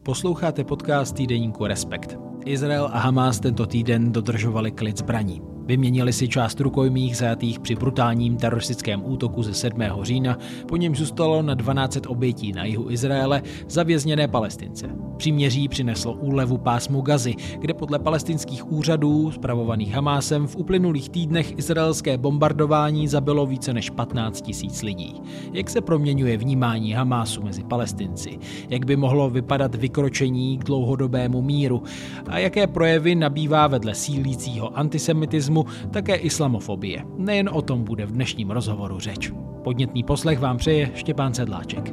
Posloucháte podcast týdeníku Respekt. Izrael a Hamás tento týden dodržovali klid zbraní. Vyměnili si část rukojmích zajatých při brutálním teroristickém útoku ze 7. října, po něm zůstalo na 1200 obětí na jihu Izraele za vězněné Palestince. Příměří přineslo úlevu pásmu Gazy, kde podle palestinských úřadů spravovaných Hamásem v uplynulých týdnech izraelské bombardování zabilo více než 15 000 lidí. Jak se proměňuje vnímání Hamásu mezi Palestinci? Jak by mohlo vypadat vykročení k dlouhodobému míru? A jaké projevy nabývá vedle sílícího antisemitismu také islamofobie? Nejen o tom bude v dnešním rozhovoru řeč. Podnětný poslech vám přeje Štěpán Sedláček.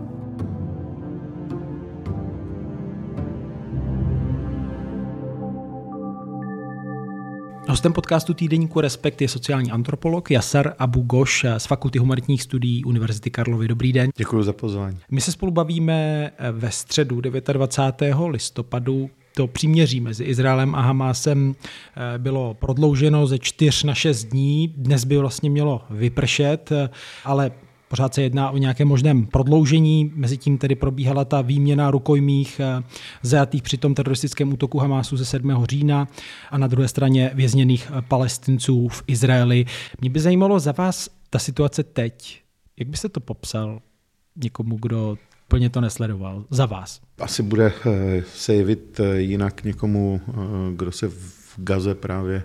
Hostem podcastu týdeníku Respekt je sociální antropolog Yasser Abu Ghosh z Fakulty humanitních studií Univerzity Karlovy. Dobrý den. Děkuji za pozvání. My se spolu bavíme ve středu 29. listopadu. To příměří mezi Izraelem a Hamásem bylo prodlouženo ze 4 na 6 dní. Dnes by vlastně mělo vypršet, ale pořád se jedná o nějaké možném prodloužení. Mezitím tedy probíhala ta výměna rukojmích zajatých při tom teroristickém útoku Hamásu ze 7. října a na druhé straně vězněných Palestinců v Izraeli. Mě by zajímalo za vás ta situace teď. Jak byste to popsal někomu, kdo plně to nesledoval, za vás? Asi bude se jevit jinak někomu, kdo se v Gaze právě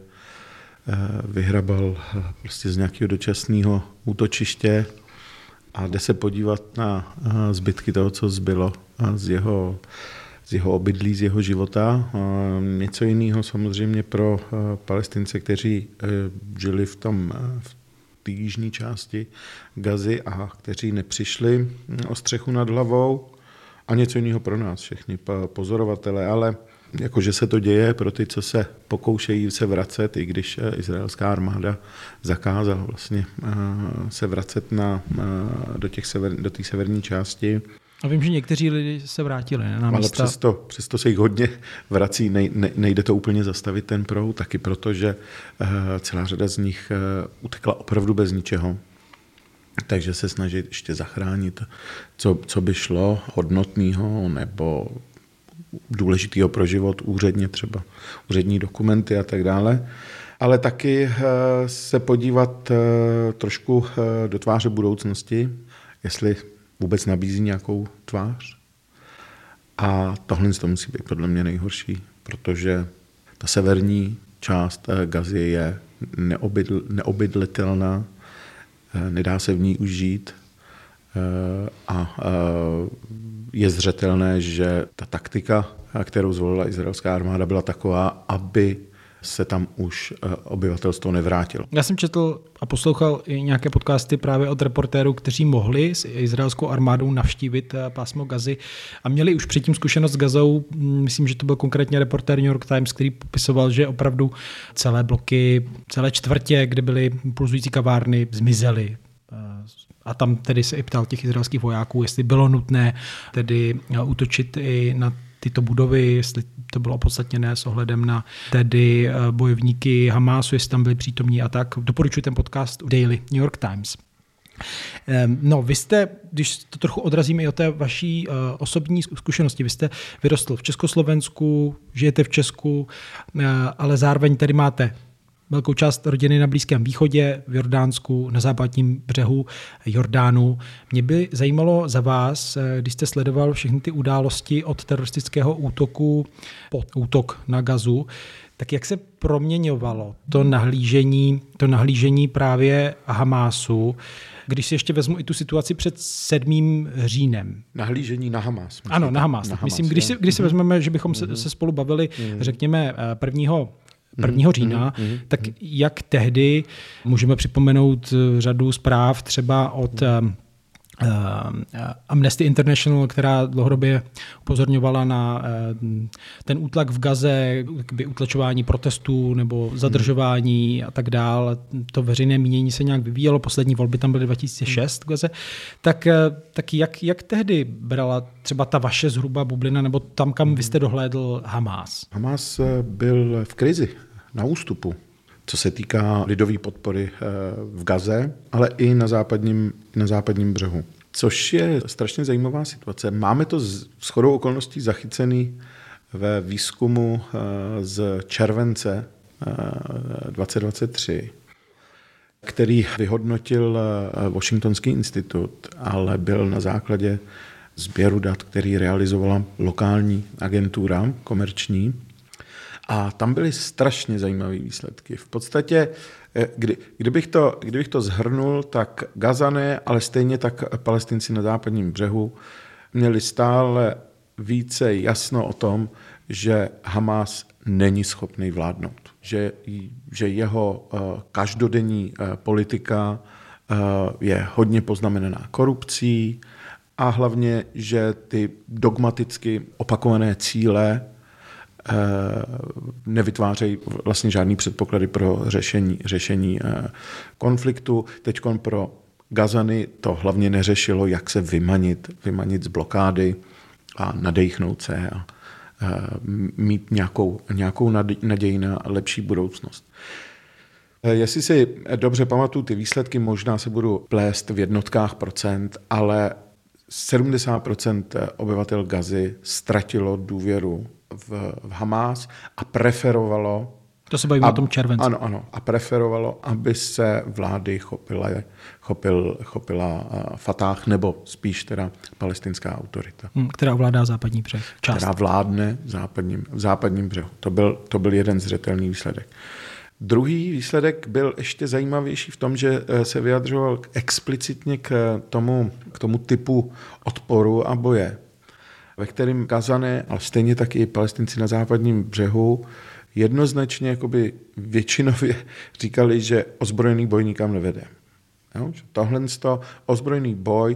vyhrabal prostě z nějakého dočasného útočiště a jde se podívat na zbytky toho, co zbylo z jeho obydlí, z jeho života. Něco jiného samozřejmě pro Palestince, kteří žili v té jižní části Gazy a kteří nepřišli o střechu nad hlavou, a něco jiného pro nás všechny pozorovatele, ale jakože se to děje pro ty, co se pokoušejí se vracet, i když izraelská armáda zakázala vlastně se vracet do té severní části. A vím, že někteří lidi se vrátili na místa. Ale přesto se jich hodně vrací, nejde to úplně zastavit ten proud, taky protože celá řada z nich utekla opravdu bez ničeho. Takže se snaží ještě zachránit, co by šlo hodnotného nebo důležitého pro život, úředně třeba úřední dokumenty a tak dále. Ale taky se podívat trošku do tváře budoucnosti, jestli vůbec nabízí nějakou tvář. A tohle to musí být podle mě nejhorší, protože ta severní část Gazy je neobydlitelná, nedá se v ní už žít a je zřetelné, že ta taktika, kterou zvolila izraelská armáda, byla taková, aby se tam už obyvatelstvo nevrátilo. Já jsem četl a poslouchal i nějaké podcasty právě od reportérů, kteří mohli s izraelskou armádou navštívit pásmo Gazy a měli už předtím zkušenost s Gazou. Myslím, že to byl konkrétně reportér New York Times, který popisoval, že opravdu celé bloky, celé čtvrtě, kde byly pulzující kavárny, zmizely. A tam tedy se i ptal těch izraelských vojáků, jestli bylo nutné tedy útočit i na tyto budovy, jestli to bylo opodstatněné s ohledem na tedy bojovníky Hamásu, jestli tam byli přítomní a tak. Doporučuji ten podcast Daily New York Times. No, vy jste, když to trochu odrazíme i o té vaší osobní zkušenosti, vy jste vyrostl v Československu, žijete v Česku, ale zároveň tady máte velkou část rodiny na Blízkém východě, v Jordánsku, na západním břehu Jordánu. Mě by zajímalo za vás, když jste sledoval všechny ty události od teroristického útoku po útok na Gazu, tak jak se proměňovalo to nahlížení právě Hamásu, když si ještě vezmu i tu situaci před 7. říjnem. Nahlížení na Hamás. Ano, na Hamás. Myslím, když si vezmeme, že bychom se spolu bavili, řekněme, 1. října, tak jak tehdy můžeme připomenout řadu zpráv třeba od Amnesty International, která dlouhodobě upozorňovala na ten útlak v Gaze, utlačování protestů nebo zadržování a tak dál. To veřejné mínění se nějak vyvíjelo, poslední volby tam byly 2006 v Gaze. Tak jak tehdy brala třeba ta vaše zhruba bublina, nebo tam, kam vy jste dohlédl Hamás? Hamás byl v krizi, na ústupu, co se týká lidové podpory v Gaze, ale i na západním břehu. Což je strašně zajímavá situace. Máme to shodou okolností zachycený ve výzkumu z července 2023, který vyhodnotil Washingtonský institut, ale byl na základě sběru dat, který realizovala lokální agentura komerční. A tam byly strašně zajímavé výsledky. V podstatě, kdybych to shrnul, tak Gazané, ale stejně tak Palestinci na západním břehu měli stále více jasno o tom, že Hamas není schopný vládnout. Že jeho každodenní politika je hodně poznamenaná korupcí a hlavně, že ty dogmaticky opakované cíle nevytvářejí vlastně žádný předpoklady pro řešení konfliktu. Teďkon pro Gazany to hlavně neřešilo, jak se vymanit z blokády a nadechnout se a mít nějakou naději na lepší budoucnost. Jestli si dobře pamatuju ty výsledky, možná se budu plést v jednotkách procent, ale 70% obyvatel Gazy ztratilo důvěru v Hamás a preferovalo... To se bavíme o tom červenci. Ano. A preferovalo, aby se vlády chopila Fatah, nebo spíš teda palestinská autorita. Která ovládá západní břeh. Která vládne v západním břehu. To byl jeden zřetelný výsledek. Druhý výsledek byl ještě zajímavější v tom, že se vyjadřoval explicitně k tomu typu odporu a boje, ve kterém Gazané, ale stejně tak i Palestinci na západním břehu jednoznačně jakoby většinově říkali, že ozbrojený boj nikam nevede. Jo? Tohle ozbrojený boj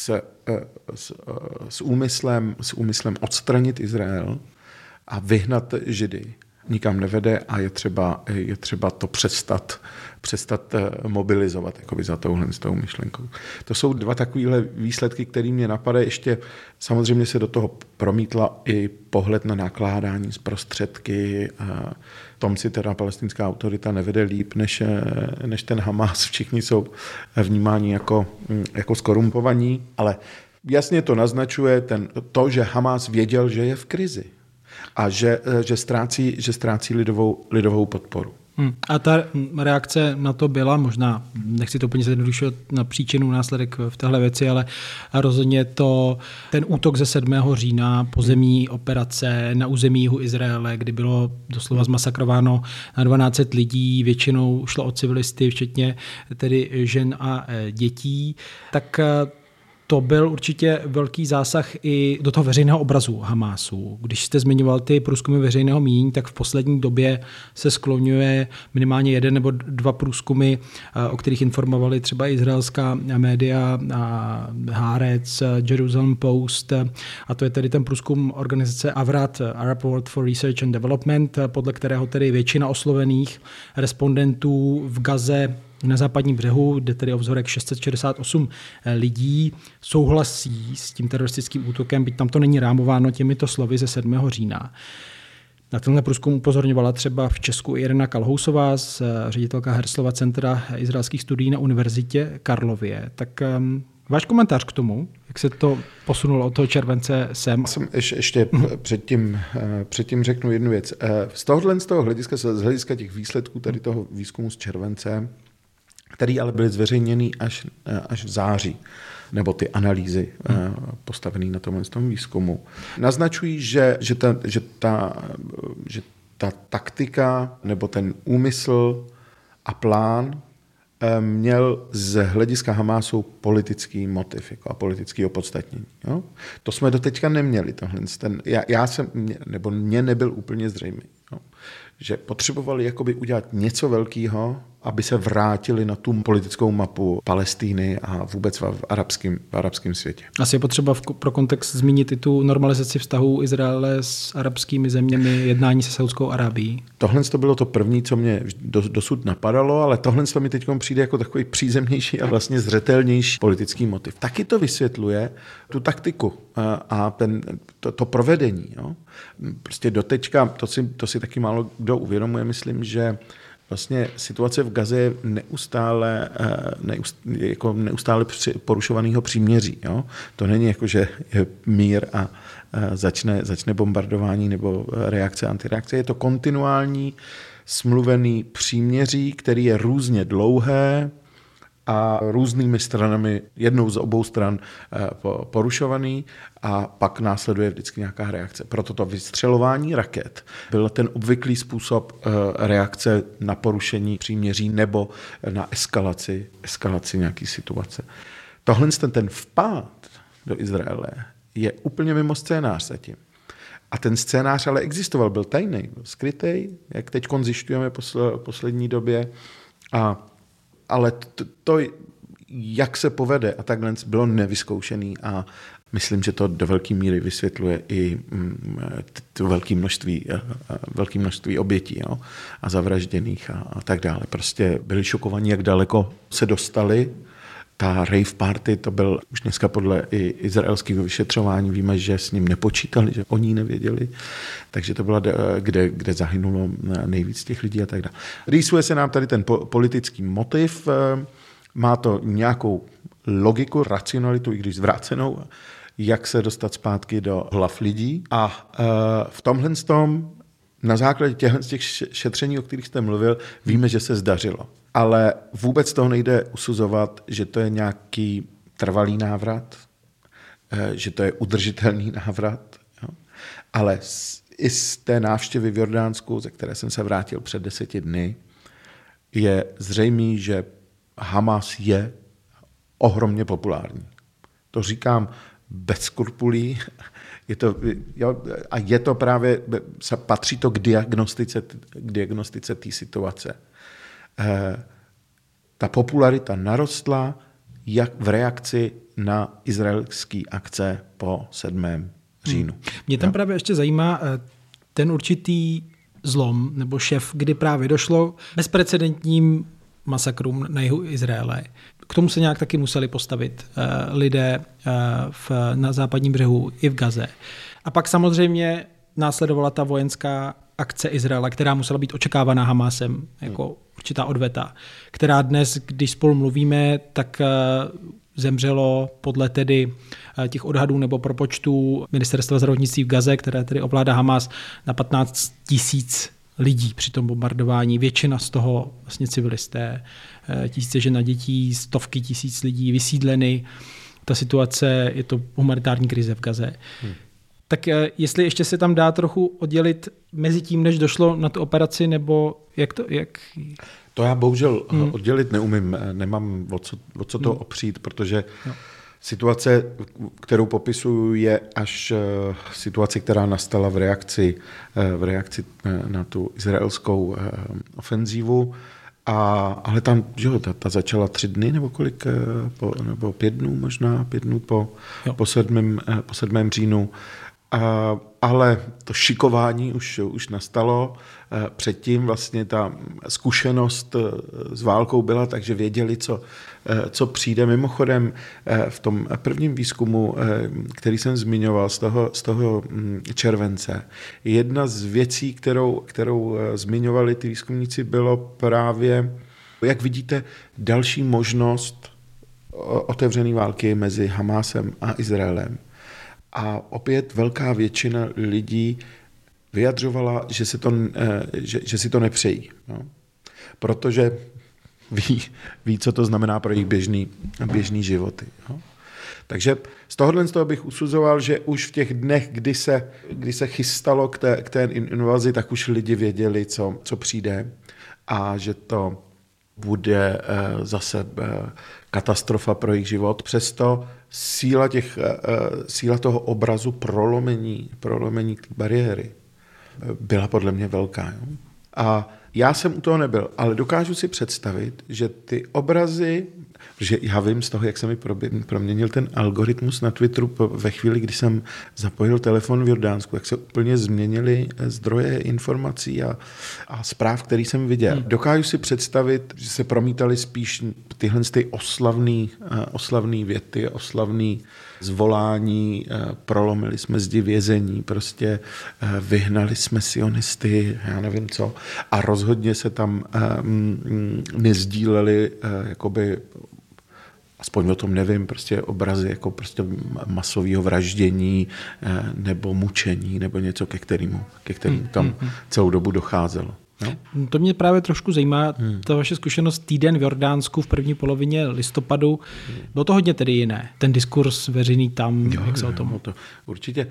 s úmyslem odstranit Izrael a vyhnat Židy nikam nevede a je třeba to přestat mobilizovat jakoby za s tou myšlenkou. To jsou dva takovéhle výsledky, které mě napadají. Ještě samozřejmě se do toho promítla i pohled na nakládání s prostředky. Tom si teda palestinská autorita nevede líp než ten Hamas. Všichni jsou vnímáni jako skorumpovaní, ale jasně to naznačuje to, že Hamas věděl, že je v krizi. A že ztrácí lidovou podporu. A ta reakce na to byla, možná, nechci to úplně zjednodušovat na příčinu, následek v téhle věci, ale rozhodně ten útok ze 7. října, pozemní operace na území jihu Izraele, kdy bylo doslova zmasakrováno na 1200 lidí, většinou šlo o civilisty, včetně tedy žen a dětí, tak to byl určitě velký zásah i do toho veřejného obrazu Hamásu. Když jste zmiňoval ty průzkumy veřejného mínění, tak v poslední době se skloňuje minimálně 1 nebo 2 průzkumy, o kterých informovali třeba izraelská média, Haaretz, Jerusalem Post, a to je tedy ten průzkum organizace Avrat, Arab World for Research and Development, podle kterého tedy většina oslovených respondentů v Gaze na západním břehu, kde tedy o vzorek 668 lidí, souhlasí s tím teroristickým útokem, byť tam to není rámováno těmito slovy ze 7. října. Na tenhle průzkum upozorňovala třeba v Česku i Irena Kalhousová, ředitelka Herslova centra izraelských studií na univerzitě Karlově. Tak váš komentář k tomu, jak se to posunulo od toho července sem? Já jsem ještě předtím řeknu jednu věc. Z toho hlediska, z hlediska těch výsledků tady toho výzkumu z července, který ale byly zveřejněny až v září, nebo ty analýzy postavené na tomhle výzkumu, naznačují, že ta taktika nebo ten úmysl a plán měl z hlediska Hamásu politický motiv a politický opodstatnění. Jo? To jsme doteďka neměli. Mně nebyl úplně zřejmý. Jo? Že potřebovali jakoby udělat něco velkého, aby se vrátili na tu politickou mapu Palestíny a vůbec v arabském světě. Asi je potřeba pro kontext zmínit i tu normalizaci vztahů Izraele s arabskými zeměmi, jednání se Saudskou Arábií. Tohle to bylo to první, co mě dosud napadalo, ale tohle mi teď přijde jako takový přízemnější a vlastně zřetelnější politický motiv. Taky to vysvětluje tu taktiku a to provedení. Jo? Prostě doteďka, to si taky málo kdo uvědomuje, myslím, že Vlastně situace v Gaze je neustále porušovaného příměří. Jo? To není jako, že je mír a začne bombardování nebo reakce, antireakce. Je to kontinuální smluvený příměří, který je různě dlouhé a různými stranami, jednou z obou stran porušovaný a pak následuje vždycky nějaká reakce. Proto to vystřelování raket byl ten obvyklý způsob reakce na porušení příměří nebo na eskalaci nějaké situace. Tohle ten vpád do Izraele je úplně mimo scénář zatím. A ten scénář ale existoval, byl tajný, byl skrytej, jak teď zjišťujeme v poslední době. Ale to, jak se povede a takhle, bylo nevyzkoušený a myslím, že to do velké míry vysvětluje i to velké množství obětí, jo, a zavražděných a tak dále. Prostě byli šokovaní, jak daleko se dostali. Ta rave party, to byl už dneska podle i izraelského vyšetřování, víme, že s ním nepočítali, že oni nevěděli, takže to byla, kde zahynulo nejvíc těch lidí a tak dále. Rýsuje se nám tady ten politický motiv, má to nějakou logiku, racionalitu, i když zvrácenou, jak se dostat zpátky do hlav lidí a v tomhle na základě těch šetření, o kterých jste mluvil, víme, že se zdařilo. Ale vůbec toho nejde usuzovat, že to je nějaký trvalý návrat, že to je udržitelný návrat. Jo? Ale i z té návštěvy v Jordánsku, ze které jsem se vrátil před 10 dny, je zřejmý, že Hamas je ohromně populární. To říkám bez skrupulí. Je to právě, patří to k diagnostice té situace. Ta popularita narostla jak v reakci na izraelské akce po 7. říjnu. Mě tam právě ještě zajímá ten určitý zlom nebo šef, kdy právě došlo k bezprecedentním masakrům na jihu Izraele. K tomu se nějak taky museli postavit lidé na západním břehu i v Gaze. A pak samozřejmě následovala ta vojenská akce Izraela, která musela být očekávaná Hamasem jako určitá odveta, která dnes, když spolu mluvíme, tak zemřelo podle tedy těch odhadů nebo propočtů ministerstva zdravotnictví v Gaze, které tedy ovládá Hamas, na 15 000 lidí při tom bombardování. Většina z toho vlastně civilisté, tisíce žen a dětí, stovky tisíc lidí vysídleny. Ta situace, je to humanitární krize v Gaze. Tak jestli ještě se tam dá trochu oddělit mezi tím, než došlo na tu operaci, nebo jak to... To já bohužel oddělit neumím, nemám o co to opřít, protože situace, kterou popisuju, je až situace, která nastala v reakci na tu izraelskou ofenzívu. Ale tam, že jo, ta začala 3 dny nebo kolik, nebo 5 dnů možná, 5 dnů po 7. říjnu. Ale to šikování už nastalo. Předtím vlastně ta zkušenost s válkou byla, takže věděli, co přijde. Mimochodem v tom prvním výzkumu, který jsem zmiňoval z toho července, jedna z věcí, kterou zmiňovali ty výzkumníci, bylo právě, jak vidíte, další možnost otevřené války mezi Hamásem a Izraelem. A opět velká většina lidí vyjadřovala, že si to nepřejí. No. Protože ví, co to znamená pro jejich běžný životy. No. Takže z toho bych usuzoval, že už v těch dnech, kdy se chystalo k té invazi, tak už lidi věděli, co přijde a že to bude zase katastrofa pro jejich život. Přesto síla toho obrazu prolomení té bariéry byla podle mě velká. Jo? A já jsem u toho nebyl, ale dokážu si představit, že ty obrazy, protože já vím z toho, jak se mi proměnil ten algoritmus na Twitteru ve chvíli, kdy jsem zapojil telefon v Jordánsku, jak se úplně změnily zdroje informací a zpráv, který jsem viděl. Dokážu si představit, že se promítaly spíš tyhle oslavné věty, oslavné zvolání, prolomili jsme zdi vězení, prostě vyhnali jsme sionisty, já nevím co. A rozhodně se tam nezdíleli jakoby, aspoň o tom nevím, prostě obrazy jako prostě masového vraždění nebo mučení nebo něco, ke kterému tam celou dobu docházelo. No? To mě právě trošku zajímá, ta vaše zkušenost týden v Jordánsku v první polovině listopadu. Bylo to hodně tedy jiné, ten diskurs veřejný tam, jak se o tom... To určitě,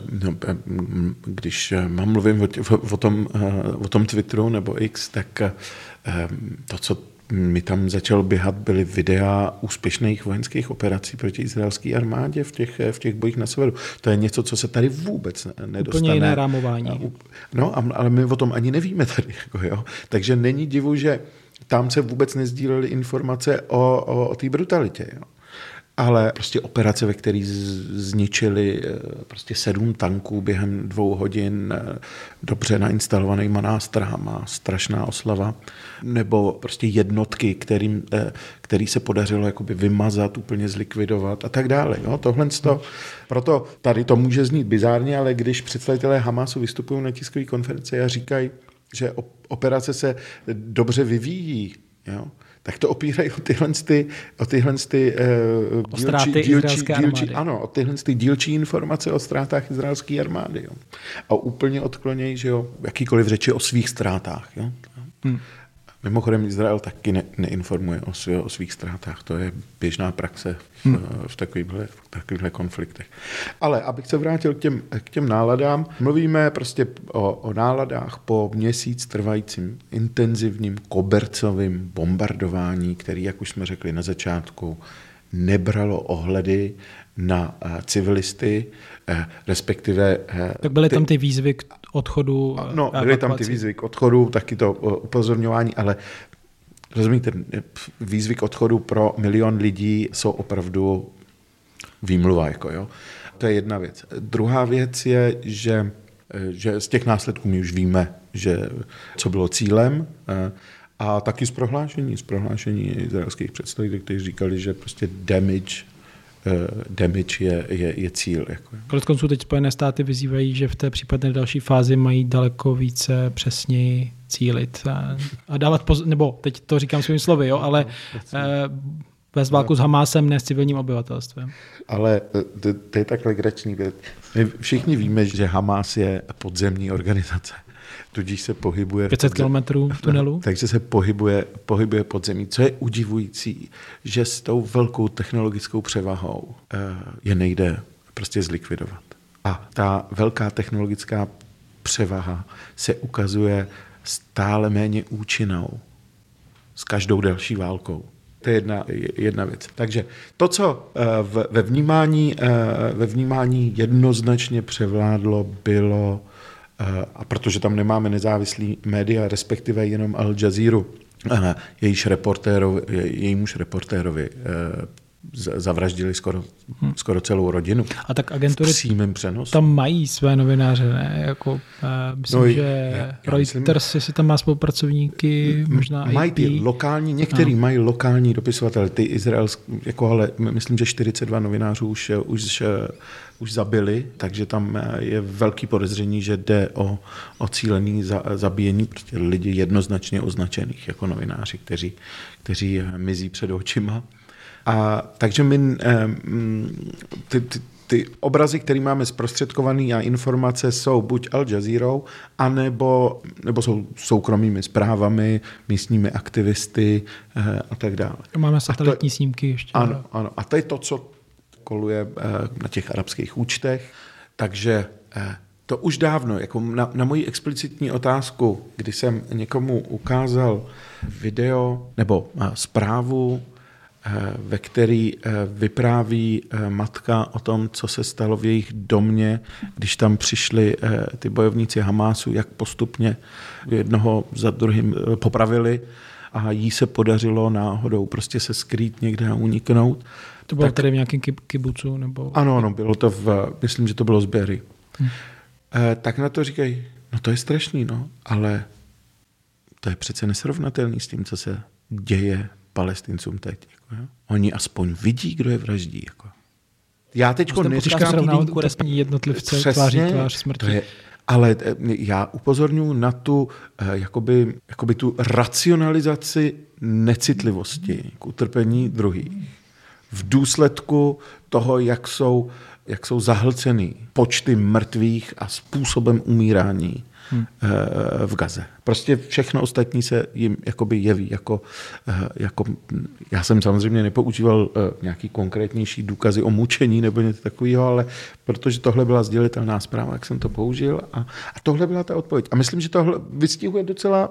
když mluvím o tom Twitteru nebo X, tak to, co mi tam začalo běhat, byly videa úspěšných vojenských operací proti izraelské armádě v těch bojích na severu. To je něco, co se tady vůbec nedostane. Úplně jiné rámování. No, ale my o tom ani nevíme tady. Jako, jo. Takže není divu, že tam se vůbec nezdílely informace o té brutalitě. Jo. Ale prostě operace, ve které zničili prostě 7 tanků během 2 hodin dobře nainstalovanýma nástrahama, strašná oslava, nebo prostě jednotky, který se podařilo jakoby vymazat, úplně zlikvidovat a tak dále. Jo? Proto tady to může znít bizárně, ale když představitelé Hamasu vystupují na tiskové konferenci a říkají, že operace se dobře vyvíjí, jo? Tak to opírají o tyhle dílčí informace o ztrátách izraelské armády. Jo. A úplně odklonějí, že jo, jakýkoliv řeči o svých ztrátách. Jo. Mimochodem Izrael taky neinformuje o svých ztrátách. To je běžná praxe v takovýchhle konfliktech. Ale abych se vrátil k těm náladám, mluvíme prostě o náladách po měsíc trvajícím intenzivním kobercovým bombardování, který, jak už jsme řekli na začátku, nebralo ohledy na civilisty, respektive... Tak byly tam ty výzvy k odchodu? No, byly tam ty výzvy k odchodu, taky to upozorňování, ale rozumíte, výzvy k odchodu pro 1 milion lidí jsou opravdu výmluva. Jako, jo? To je jedna věc. Druhá věc je, že z těch následků my už víme, co bylo cílem, a taky z prohlášení izraelských představitelů, kteří říkali, že prostě damage je cíl. Jako. Koneckonců teď Spojené státy vyzývají, že v té případné další fázi mají daleko více přesněji cílit a dávat nebo teď to říkám svými slovy, jo, ale vést válku s Hamásem, ne s civilním obyvatelstvem. Ale to je tak legrační věc. My všichni víme, že Hamás je podzemní organizace. Tudíž se pohybuje 500 kilometrů v tunelu. Takže se pohybuje podzemí. Co je udivující, že s tou velkou technologickou převahou je nejde prostě zlikvidovat. A ta velká technologická převaha se ukazuje stále méně účinnou s každou další válkou. To je jedna věc. Takže to, co ve vnímání jednoznačně převládlo, bylo, a protože tam nemáme nezávislý média, respektive jenom Al Jazeera, jejímuž reportérovi zavraždili skoro celou rodinu. A tak agentury v přímém přenosu. Tam mají své novináře, ne? Jako, myslím, že Reuters, jestli tam má spolupracovníky, možná mají ty lokální, některý mají lokální dopisovatele, ty izraelské, jako, ale myslím, že 42 novinářů už zabili, takže tam je velký podezření, že jde o cílený zabíjení prostě lidí jednoznačně označených jako novináři, kteří mizí před očima. A takže my ty obrazy, které máme zprostředkované a informace jsou buď Al Jazeerou, anebo jsou soukromými zprávami, místními aktivisty a tak dále. Máme satelitní snímky ještě. Ano. A to je to, co koluje na těch arabských účtech. Takže to už dávno, jako na moji explicitní otázku, kdy jsem někomu ukázal video nebo zprávu, ve který vypráví matka o tom, co se stalo v jejich domě, když tam přišli ty bojovníci Hamásu, jak postupně jednoho za druhým popravili a jí se podařilo náhodou prostě se skrýt někde a uniknout. To bylo tady v nějakém kibucu? Nebo... Ano, bylo to myslím, že to bylo z Bery. Tak na to říkají, no to je strašný, no, ale to je přece nesrovnatelný s tím, co se děje Palestincům teď. Jako, jo? Oni aspoň vidí, kdo je vraždí. Jako. Já teďko neříkám utrpení jednotlivce tváří tvář smrti. Ale já upozorňuji na tu jakoby tu racionalizaci necitlivosti k utrpení druhých. V důsledku toho, jak jsou zahlcený počty mrtvých a způsobem umírání v Gaze. Prostě všechno ostatní se jim jakoby jeví. Jako, já jsem samozřejmě nepoužíval nějaký konkrétnější důkazy o mučení nebo něco takového, ale protože tohle byla sdělitelná zpráva, jak jsem to použil a tohle byla ta odpověď. A myslím, že tohle vystihuje docela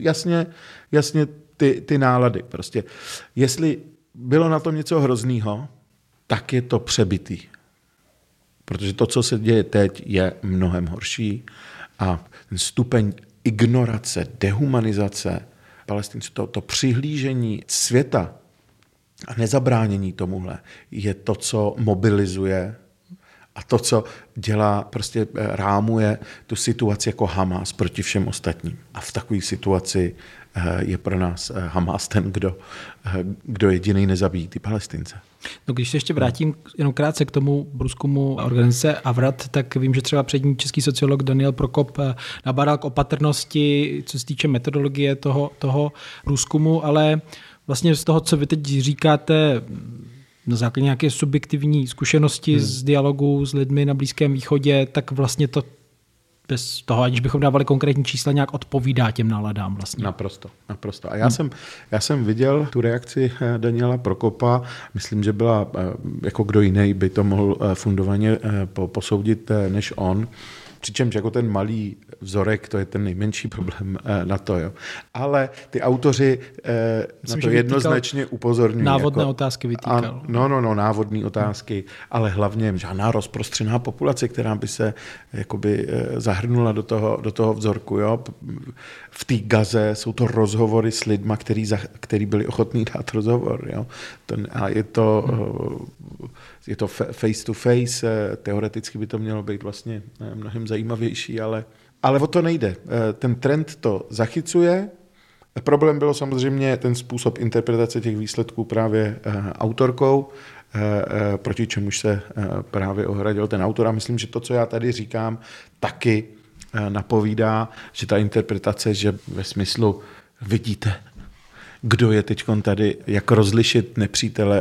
jasně ty nálady. Prostě jestli bylo na tom něco hroznýho, tak je to přebitý. Protože to, co se děje teď, je mnohem horší a ten stupeň ignorace, dehumanizace Palestinců, to přihlížení světa a nezabránění tomuhle je to, co mobilizuje a to, co dělá, prostě rámuje tu situaci jako Hamas proti všem ostatním. A v takové situaci je pro nás Hamas ten, kdo jediný nezabíjí ty Palestince. No, když se ještě vrátím jenom krátce k tomu průzkumu organizace Avrat, tak vím, že třeba přední český sociolog Daniel Prokop nabádal k opatrnosti, co se týče metodologie toho průzkumu, ale vlastně z toho, co vy teď říkáte, na základě nějaké subjektivní zkušenosti z dialogu s lidmi na Blízkém východě, tak vlastně to bez toho, aniž bychom dávali konkrétní čísla, nějak odpovídá těm náladám vlastně. Naprosto. A já jsem viděl tu reakci Daniela Prokopa, myslím, že byla, jako kdo jiný by to mohl fundovaně posoudit než on. Přičemž jako ten malý vzorek, to je ten nejmenší problém na to. Jo. Ale ty autoři na to jednoznačně upozorňují. Návodné otázky vytýkal. Návodné otázky, ale hlavně žádná rozprostřená populace, která by se jakoby zahrnula do toho vzorku. Jo. V té Gaze jsou to rozhovory s lidma, který byli ochotní dát rozhovor. Jo. A je to face to face, teoreticky by to mělo být vlastně mnohem zajímavější, ale o to nejde. Ten trend to zachycuje. Problém bylo samozřejmě ten způsob interpretace těch výsledků právě autorkou, proti čemuž se právě ohradil ten autor. A myslím, že to, co já tady říkám, taky napovídá, že ta interpretace, že ve smyslu vidíte, kdo je teď tady, jak rozlišit nepřítele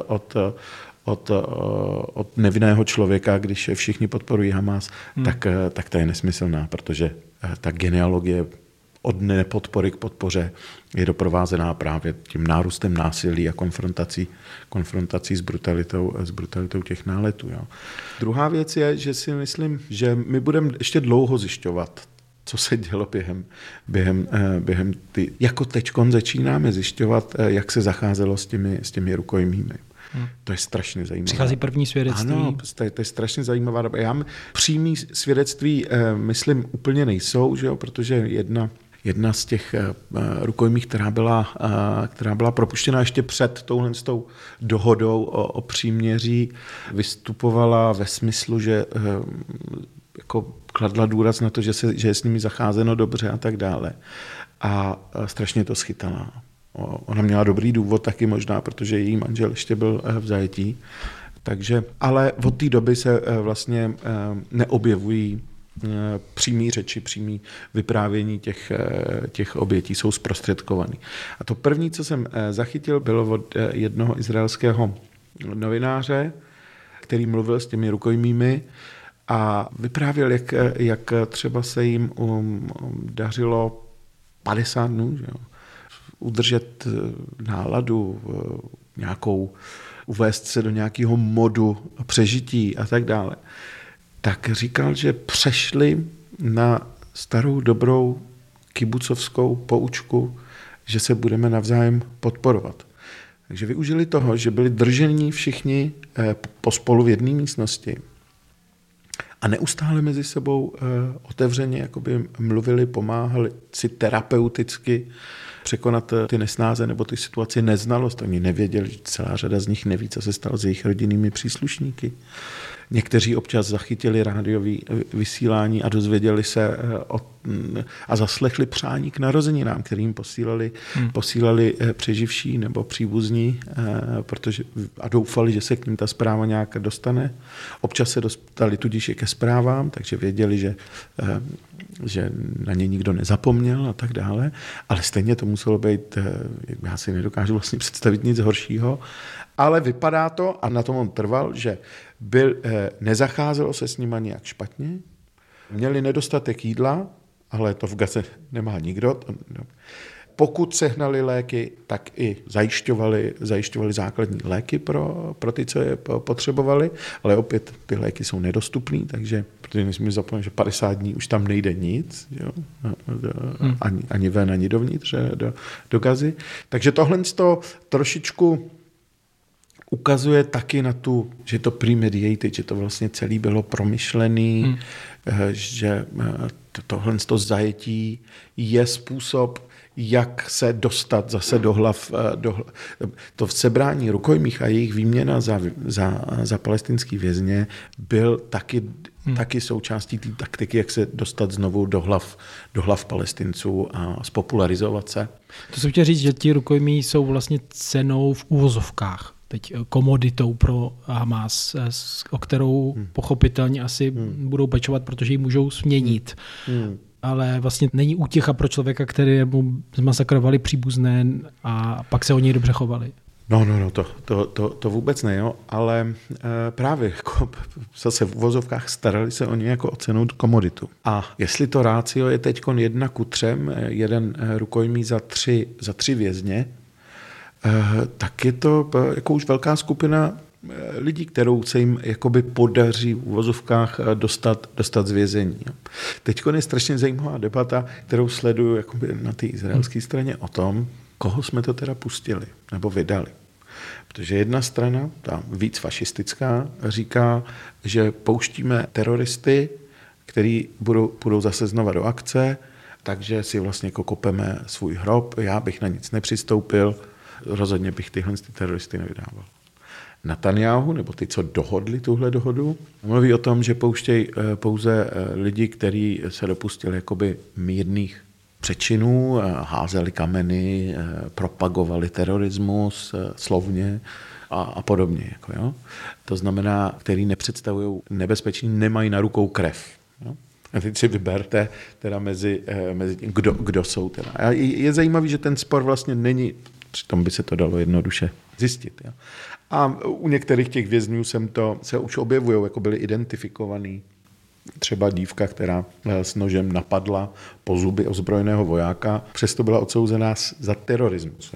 od nevinného člověka, když všichni podporují Hamas, tak ta je nesmyslná, protože ta genealogie od nepodpory k podpoře je doprovázená právě tím nárůstem násilí a konfrontací s brutalitou těch náletů. Jo. Druhá věc je, že si myslím, že my budeme ještě dlouho zjišťovat, co se dělo během ty... Jako teďkon začínáme zjišťovat, jak se zacházelo s těmi rukojmími. To je strašně zajímavé. Přichází první svědectví. Ano, to je strašně zajímavá doba. Přímý svědectví, myslím, úplně nejsou, že jo, protože jedna z těch rukojmích, která byla propuštěna ještě před touhletou dohodou o příměří, vystupovala ve smyslu, že jako kladla důraz na to, že je s nimi zacházeno dobře a tak dále. A strašně to schytala. Ona měla dobrý důvod taky možná, protože její manžel ještě byl v zajetí. Ale od té doby se vlastně neobjevují přímý řeči, přímý vyprávění těch obětí, jsou zprostředkovaný. A to první, co jsem zachytil, bylo od jednoho izraelského novináře, který mluvil s těmi rukojmími a vyprávěl, jak třeba se jim dařilo 50 dnů, že jo? Udržet náladu, uvést se do nějakého modu přežití a tak dále. Tak říkal, že přešli na starou dobrou kibucovskou poučku, že se budeme navzájem podporovat. Takže využili toho, že byli držení všichni pospolu v jedné místnosti a neustále mezi sebou otevřeně jakoby mluvili, pomáhali si terapeuticky překonat ty nesnáze nebo ty situaci, neznalost. Oni nevěděli, celá řada z nich neví, co se stalo s jejich rodinnými příslušníky. Někteří občas zachytili rádiové vysílání a dozvěděli se a zaslechli přání k narozeninám, kterým posílali přeživší nebo příbuzní, a doufali, že se k ním ta zpráva nějak dostane. Občas se dostali tudíž i ke zprávám, takže věděli, že na ně nikdo nezapomněl a tak dále, ale stejně to muselo být, já si nedokážu vlastně představit nic horšího, ale vypadá to, a na tom on trval, že nezacházelo se s nima nějak špatně, měli nedostatek jídla, ale to v Gaze nemá nikdo. Pokud sehnali léky, tak i zajišťovali základní léky pro ty, co je potřebovali, ale opět ty léky jsou nedostupný, takže protože nesmíme zapomenout, že 50 dní už tam nejde nic, jo? Ani ven, ani dovnitř do Gazy. Takže tohle trošičku ukazuje taky na že to premediated, že to vlastně celý bylo promyšlený, že tohle zajetí je způsob, jak se dostat zase do hlav. To sebrání rukojmích a jejich výměna za palestinský vězně byl taky součástí té taktiky, jak se dostat znovu do hlav Palestinců a spopularizovat se. To jsem chtěl říct, že ti rukojmí jsou vlastně cenou v úvozovkách. Teď komoditou pro Hamas, o kterou pochopitelně asi budou pečovat, protože ji můžou směnit. Ale vlastně není útěcha pro člověka, který mu zmasakrovali příbuzné a pak se o něj dobře chovali. No, to vůbec ne, jo, ale právě jako zase v uvozovkách starali se o ně jako o cennou komoditu. A jestli to rácio je teď 1:3, jeden rukojmí za tři vězně, tak je to jako už velká skupina lidí, kterou se jim jakoby podaří v uvozovkách dostat z vězení. Teď je strašně zajímavá debata, kterou sleduju jakoby na té izraelské straně o tom, koho jsme to teda pustili nebo vydali. Protože jedna strana, ta víc fašistická, říká, že pouštíme teroristy, který budou zase znova do akce, takže si vlastně jako kopeme svůj hrob, já bych na nic nepřistoupil, rozhodně bych tyhle teroristy nevydával. Netanjahu, nebo ty, co dohodli tuhle dohodu, mluví o tom, že pouštějí pouze lidi, kteří se dopustili jakoby mírných přečinů, házeli kameny, propagovali terorismus slovně a podobně. Jako, jo? To znamená, který nepředstavují nebezpečí, nemají na rukou krev. Jo? A teď si vyberte teda mezi tím, kdo jsou. Teda. A je zajímavý, že ten spor vlastně není, přitom by se to dalo jednoduše zjistit. Jo? A u některých těch vězňů se už objevují, jako byli identifikovaný. Třeba dívka, která s nožem napadla po zuby ozbrojeného vojáka, přesto byla odsouzená za terorismus.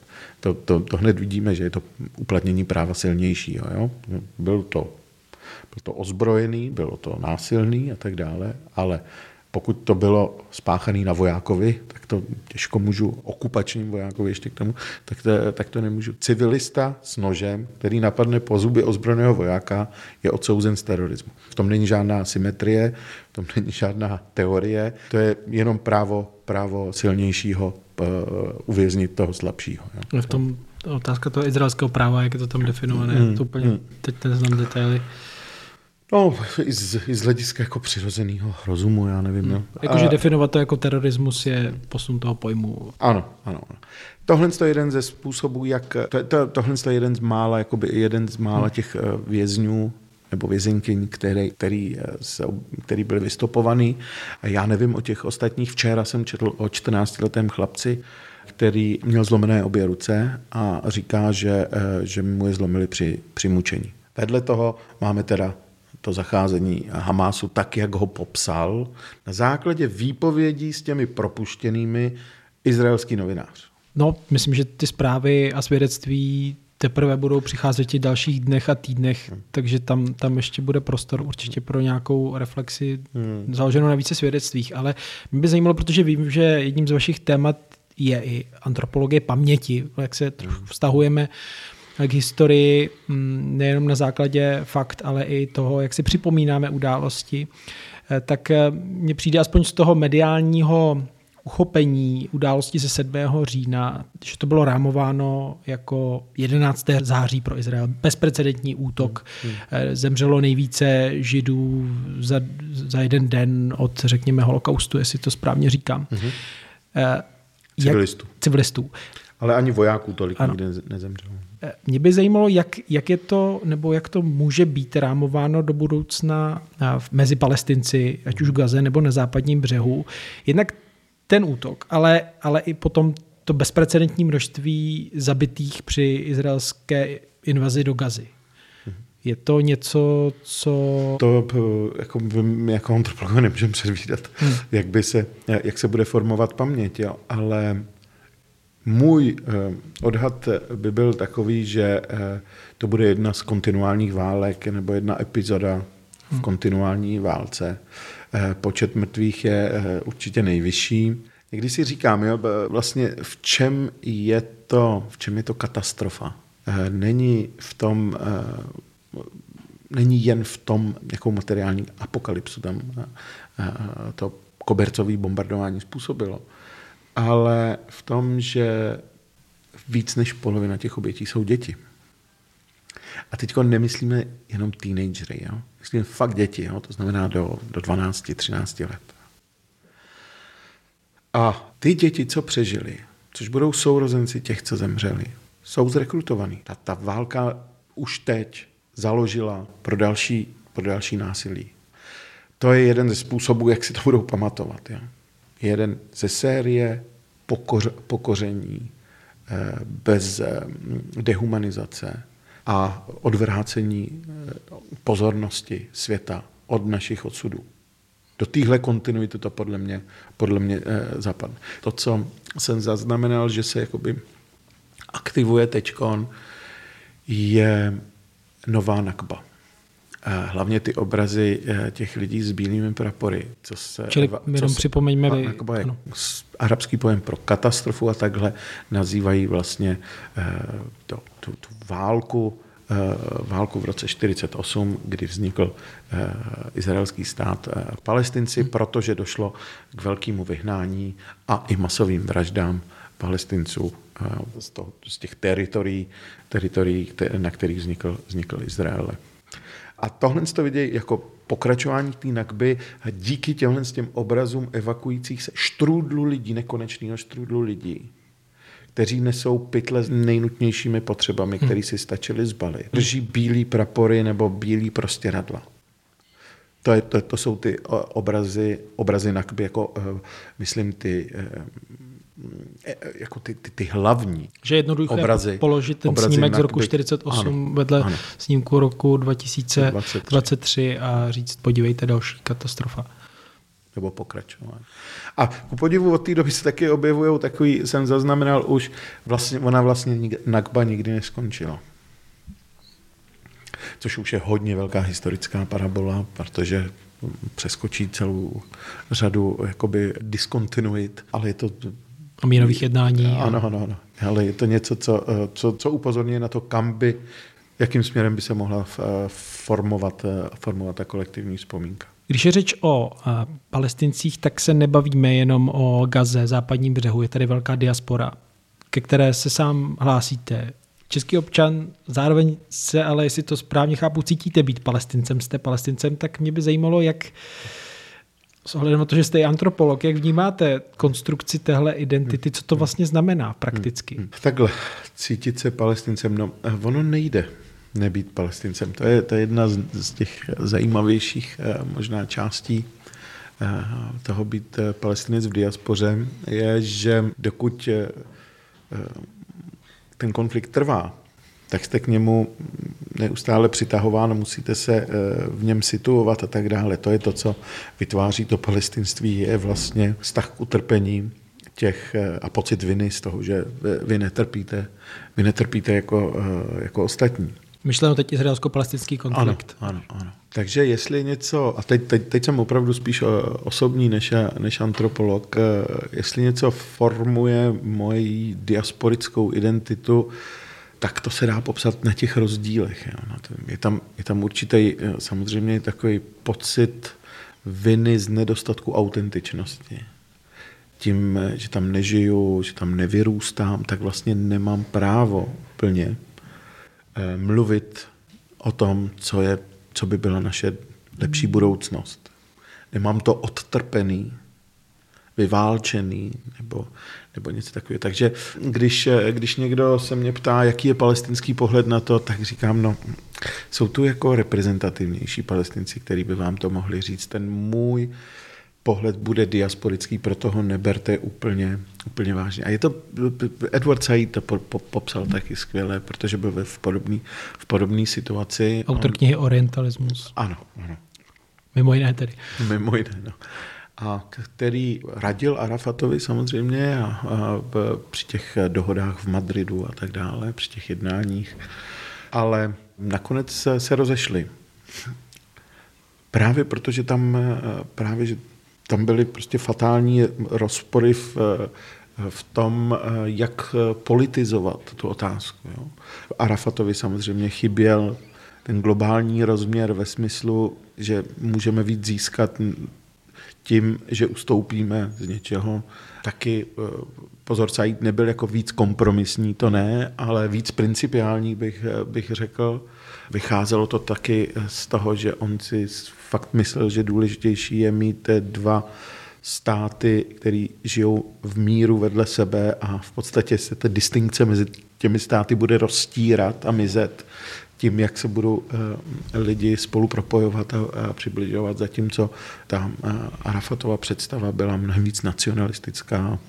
To hned vidíme, že je to uplatnění práva silnějšího. Jo? Byl to ozbrojený, bylo to násilný a tak dále, ale pokud to bylo spáchané na vojákovi, tak to těžko můžu, okupačním vojákovi ještě k tomu, tak to nemůžu. Civilista s nožem, který napadne po zuby ozbrojeného vojáka, je odsouzen z terorismu. V tom není žádná symetrie, v tom není žádná teorie, to je jenom právo silnějšího uvěznit toho slabšího. Jo. V tom otázka toho izraelského práva, jak je to tam definované, to úplně teď neznám detaily. No, i z hlediska jako přirozeného rozumu, já nevím. No. Jakože definovat to jako terorismus je posun toho pojmu. Ano. Tohle je jeden ze způsobů, jak... Tohle je jeden z mála těch vězňů nebo vězenkyň, který byly vystopovaný. A já nevím o těch ostatních. Včera jsem četl o 14letém chlapci, který měl zlomené obě ruce a říká, že mu je zlomili při mučení. Vedle toho máme teda to zacházení Hamásu tak, jak ho popsal, na základě výpovědí s těmi propuštěnými izraelský novinář. No, myslím, že ty zprávy a svědectví teprve budou přicházet v dalších dnech a týdnech, takže tam ještě bude prostor určitě pro nějakou reflexi založenou na více svědectvích, ale mě by zajímalo, protože vím, že jedním z vašich témat je i antropologie paměti, jak se trošku vztahujeme k historii nejenom na základě fakt, ale i toho, jak si připomínáme události, tak mně přijde aspoň z toho mediálního uchopení události ze 7. října, že to bylo rámováno jako 11. září pro Izrael. Bezprecedentní útok. Zemřelo nejvíce Židů za jeden den od, řekněme, holokaustu, jestli to správně říkám. Civilistů. Ale ani vojáků tolik nikdy nezemřelo. Mě by zajímalo, jak je to, nebo jak to může být rámováno do budoucna mezi Palestinci, ať už v Gaze nebo na západním břehu. Jednak ten útok, ale i potom to bezprecedentní množství zabitých při izraelské invazi do Gazy. Je to něco, co... To jako antropolog nemůžeme předvídat, jak se bude formovat paměť, jo? Ale můj odhad by byl takový, že to bude jedna z kontinuálních válek nebo jedna epizoda v kontinuální válce. Počet mrtvých je určitě nejvyšší. Někdy si říkám, jo, vlastně v čem je to katastrofa. Není jen v tom, jakou materiální apokalypsu tam to kobercové bombardování způsobilo, ale v tom, že víc než polovina těch obětí jsou děti. A teď nemyslíme jenom teenagery, jo? Myslíme fakt děti, jo? To znamená do 12-13 let. A ty děti, co přežili, což budou sourozenci těch, co zemřeli, jsou zrekrutovaní. Ta válka už teď založila pro další násilí. To je jeden ze způsobů, jak si to budou pamatovat. Jo? Jeden ze série pokoření bez dehumanizace a odvrácení pozornosti světa od našich odsudů. Do téhle kontinuity to podle mě zapadne. To, co jsem zaznamenal, že se jakoby aktivuje teďkon, je nová nakba. Hlavně ty obrazy těch lidí s bílými prapory. Čili jenom připomeňme... Nakba je arabský pojem pro katastrofu a takhle nazývají vlastně tu válku v roce 1948, kdy vznikl izraelský stát Palestinci, protože došlo k velkému vyhnání a i masovým vraždám Palestinců z těch teritorií, na kterých vznikl Izrael. A tohle to vidějí jako pokračování té nakby a díky těm obrazům evakuujících se nekonečného štrůdlu lidí, kteří nesou pytle s nejnutnějšími potřebami, který si stačili zbalit. Drží bílý prapory nebo bílý prostěradla. To jsou ty obrazy nakby, jako myslím ty hlavní. Že jednoduché obrazy, položit ten snímek z roku 1948 vedle snímku roku 2023 a říct, podívejte, další katastrofa. Nebo pokračování. A ku podivu od té doby se taky objevují takový, jsem zaznamenal už, ona vlastně nakba nikdy neskončila. Což už je hodně velká historická parabola, protože přeskočí celou řadu jakoby diskontinuit, ale je to... A mírových jednání. Ano. Ale je to něco, co upozorňuje na to, jakým směrem by se mohla formovat ta kolektivní vzpomínka. Když je řeč o Palestincích, tak se nebavíme jenom o Gaze, západním břehu. Je tady velká diaspora, ke které se sám hlásíte. Český občan, zároveň se, ale jestli to správně chápu, cítíte být Palestincem, jste Palestincem, tak mě by zajímalo, jak s ohledem na to, že jste i antropolog, jak vnímáte konstrukci téhle identity, co to vlastně znamená prakticky? Takhle, cítit se Palestincem, ono nejde nebýt Palestincem. To je jedna z těch zajímavějších možná částí toho být Palestinec v diaspoře, je, že dokud ten konflikt trvá, tak jste k němu neustále přitahován, musíte se v něm situovat a tak dále. To je to, co vytváří to palestinství, je vlastně vztah k utrpení a pocit viny z toho, že vy netrpíte jako ostatní. Myšleno teď izraelsko-palestinský konflikt. Ano. Takže jestli něco, a teď jsem opravdu spíš osobní než antropolog, jestli něco formuje moji diasporickou identitu, tak to se dá popsat na těch rozdílech. Je tam určitý samozřejmě takový pocit viny z nedostatku autentičnosti. tím, že tam nežiju, že tam nevyrůstám, tak vlastně nemám právo plně mluvit o tom, co by byla naše lepší budoucnost. Nemám to odtrpený, vyválčený nebo něco takového. Takže když někdo se mě ptá, jaký je palestinský pohled na to, tak říkám, no, jsou tu jako reprezentativnější Palestinci, který by vám to mohli říct. Ten můj pohled bude diasporický, proto ho neberte úplně vážně. A je to, Edward Said to popsal taky skvěle, protože byl v podobné situaci. Autor knihy Orientalismus. Ano. Mimo jiné tedy. Mimo jiné, no. A který radil Arafatovi samozřejmě a při těch dohodách v Madridu a tak dále, při těch jednáních. Ale nakonec se rozešli. Právě protože tam byly prostě fatální rozpory v tom, jak politizovat tu otázku. Jo. Arafatovi samozřejmě chyběl ten globální rozměr ve smyslu, že můžeme víc získat tím, že ustoupíme z něčeho. Taky pozor, Said nebyl jako víc kompromisní, to ne, ale víc principiální bych řekl. Vycházelo to taky z toho, že on si fakt myslel, že důležitější je mít dva státy, které žijou v míru vedle sebe a v podstatě se ta distinkce mezi těmi státy bude rozstírat a mizet tím, jak se budou lidi spolu propojovat a přibližovat, zatímco ta Arafatova představa byla mnohem víc nacionalistická,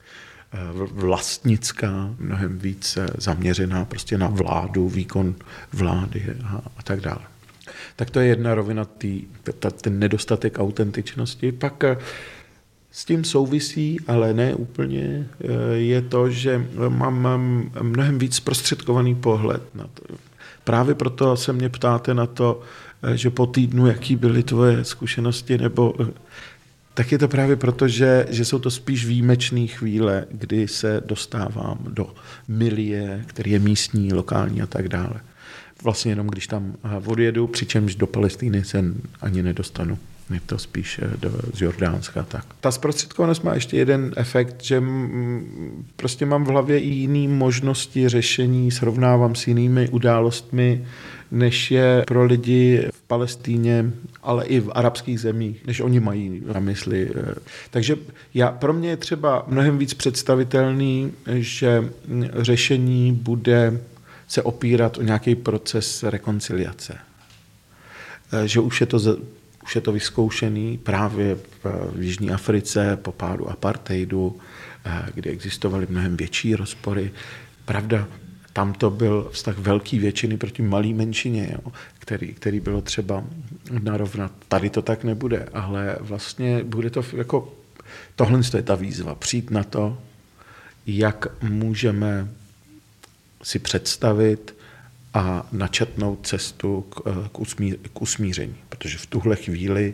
vlastnická, mnohem víc zaměřená prostě na vládu, výkon vlády a tak dále. Tak to je jedna rovina, ten nedostatek autentičnosti. Pak s tím souvisí, ale ne úplně, je to, že mám mnohem víc zprostředkovaný pohled na to. Právě proto se mě ptáte na to, že po týdnu, jaký byly tvoje zkušenosti, nebo tak je to právě proto, že jsou to spíš výjimečné chvíle, kdy se dostávám do milie, který je místní, lokální a tak dále. Vlastně jenom když tam odjedu, přičemž do Palestiny se ani nedostanu. Je to spíš z Jordánska. Tak. Ta zprostředkovanost má ještě jeden efekt, že prostě mám v hlavě i jiné možnosti řešení, srovnávám s jinými událostmi, než je pro lidi v Palestíně, ale i v arabských zemích, než oni mají na mysli. Takže pro mě je třeba mnohem víc představitelný, že řešení bude se opírat o nějaký proces rekonciliace. Že už je to vyzkoušený právě v Jižní Africe po pádu apartheidu, kdy existovaly mnohem větší rozpory. Pravda, tam to byl vztah velký většiny proti malý menšině, jo, který bylo třeba narovnat. Tady to tak nebude, ale vlastně bude to jako, tohle je ta výzva, přijít na to, jak můžeme si představit a načetnout cestu k usmíření. Protože v tuhle chvíli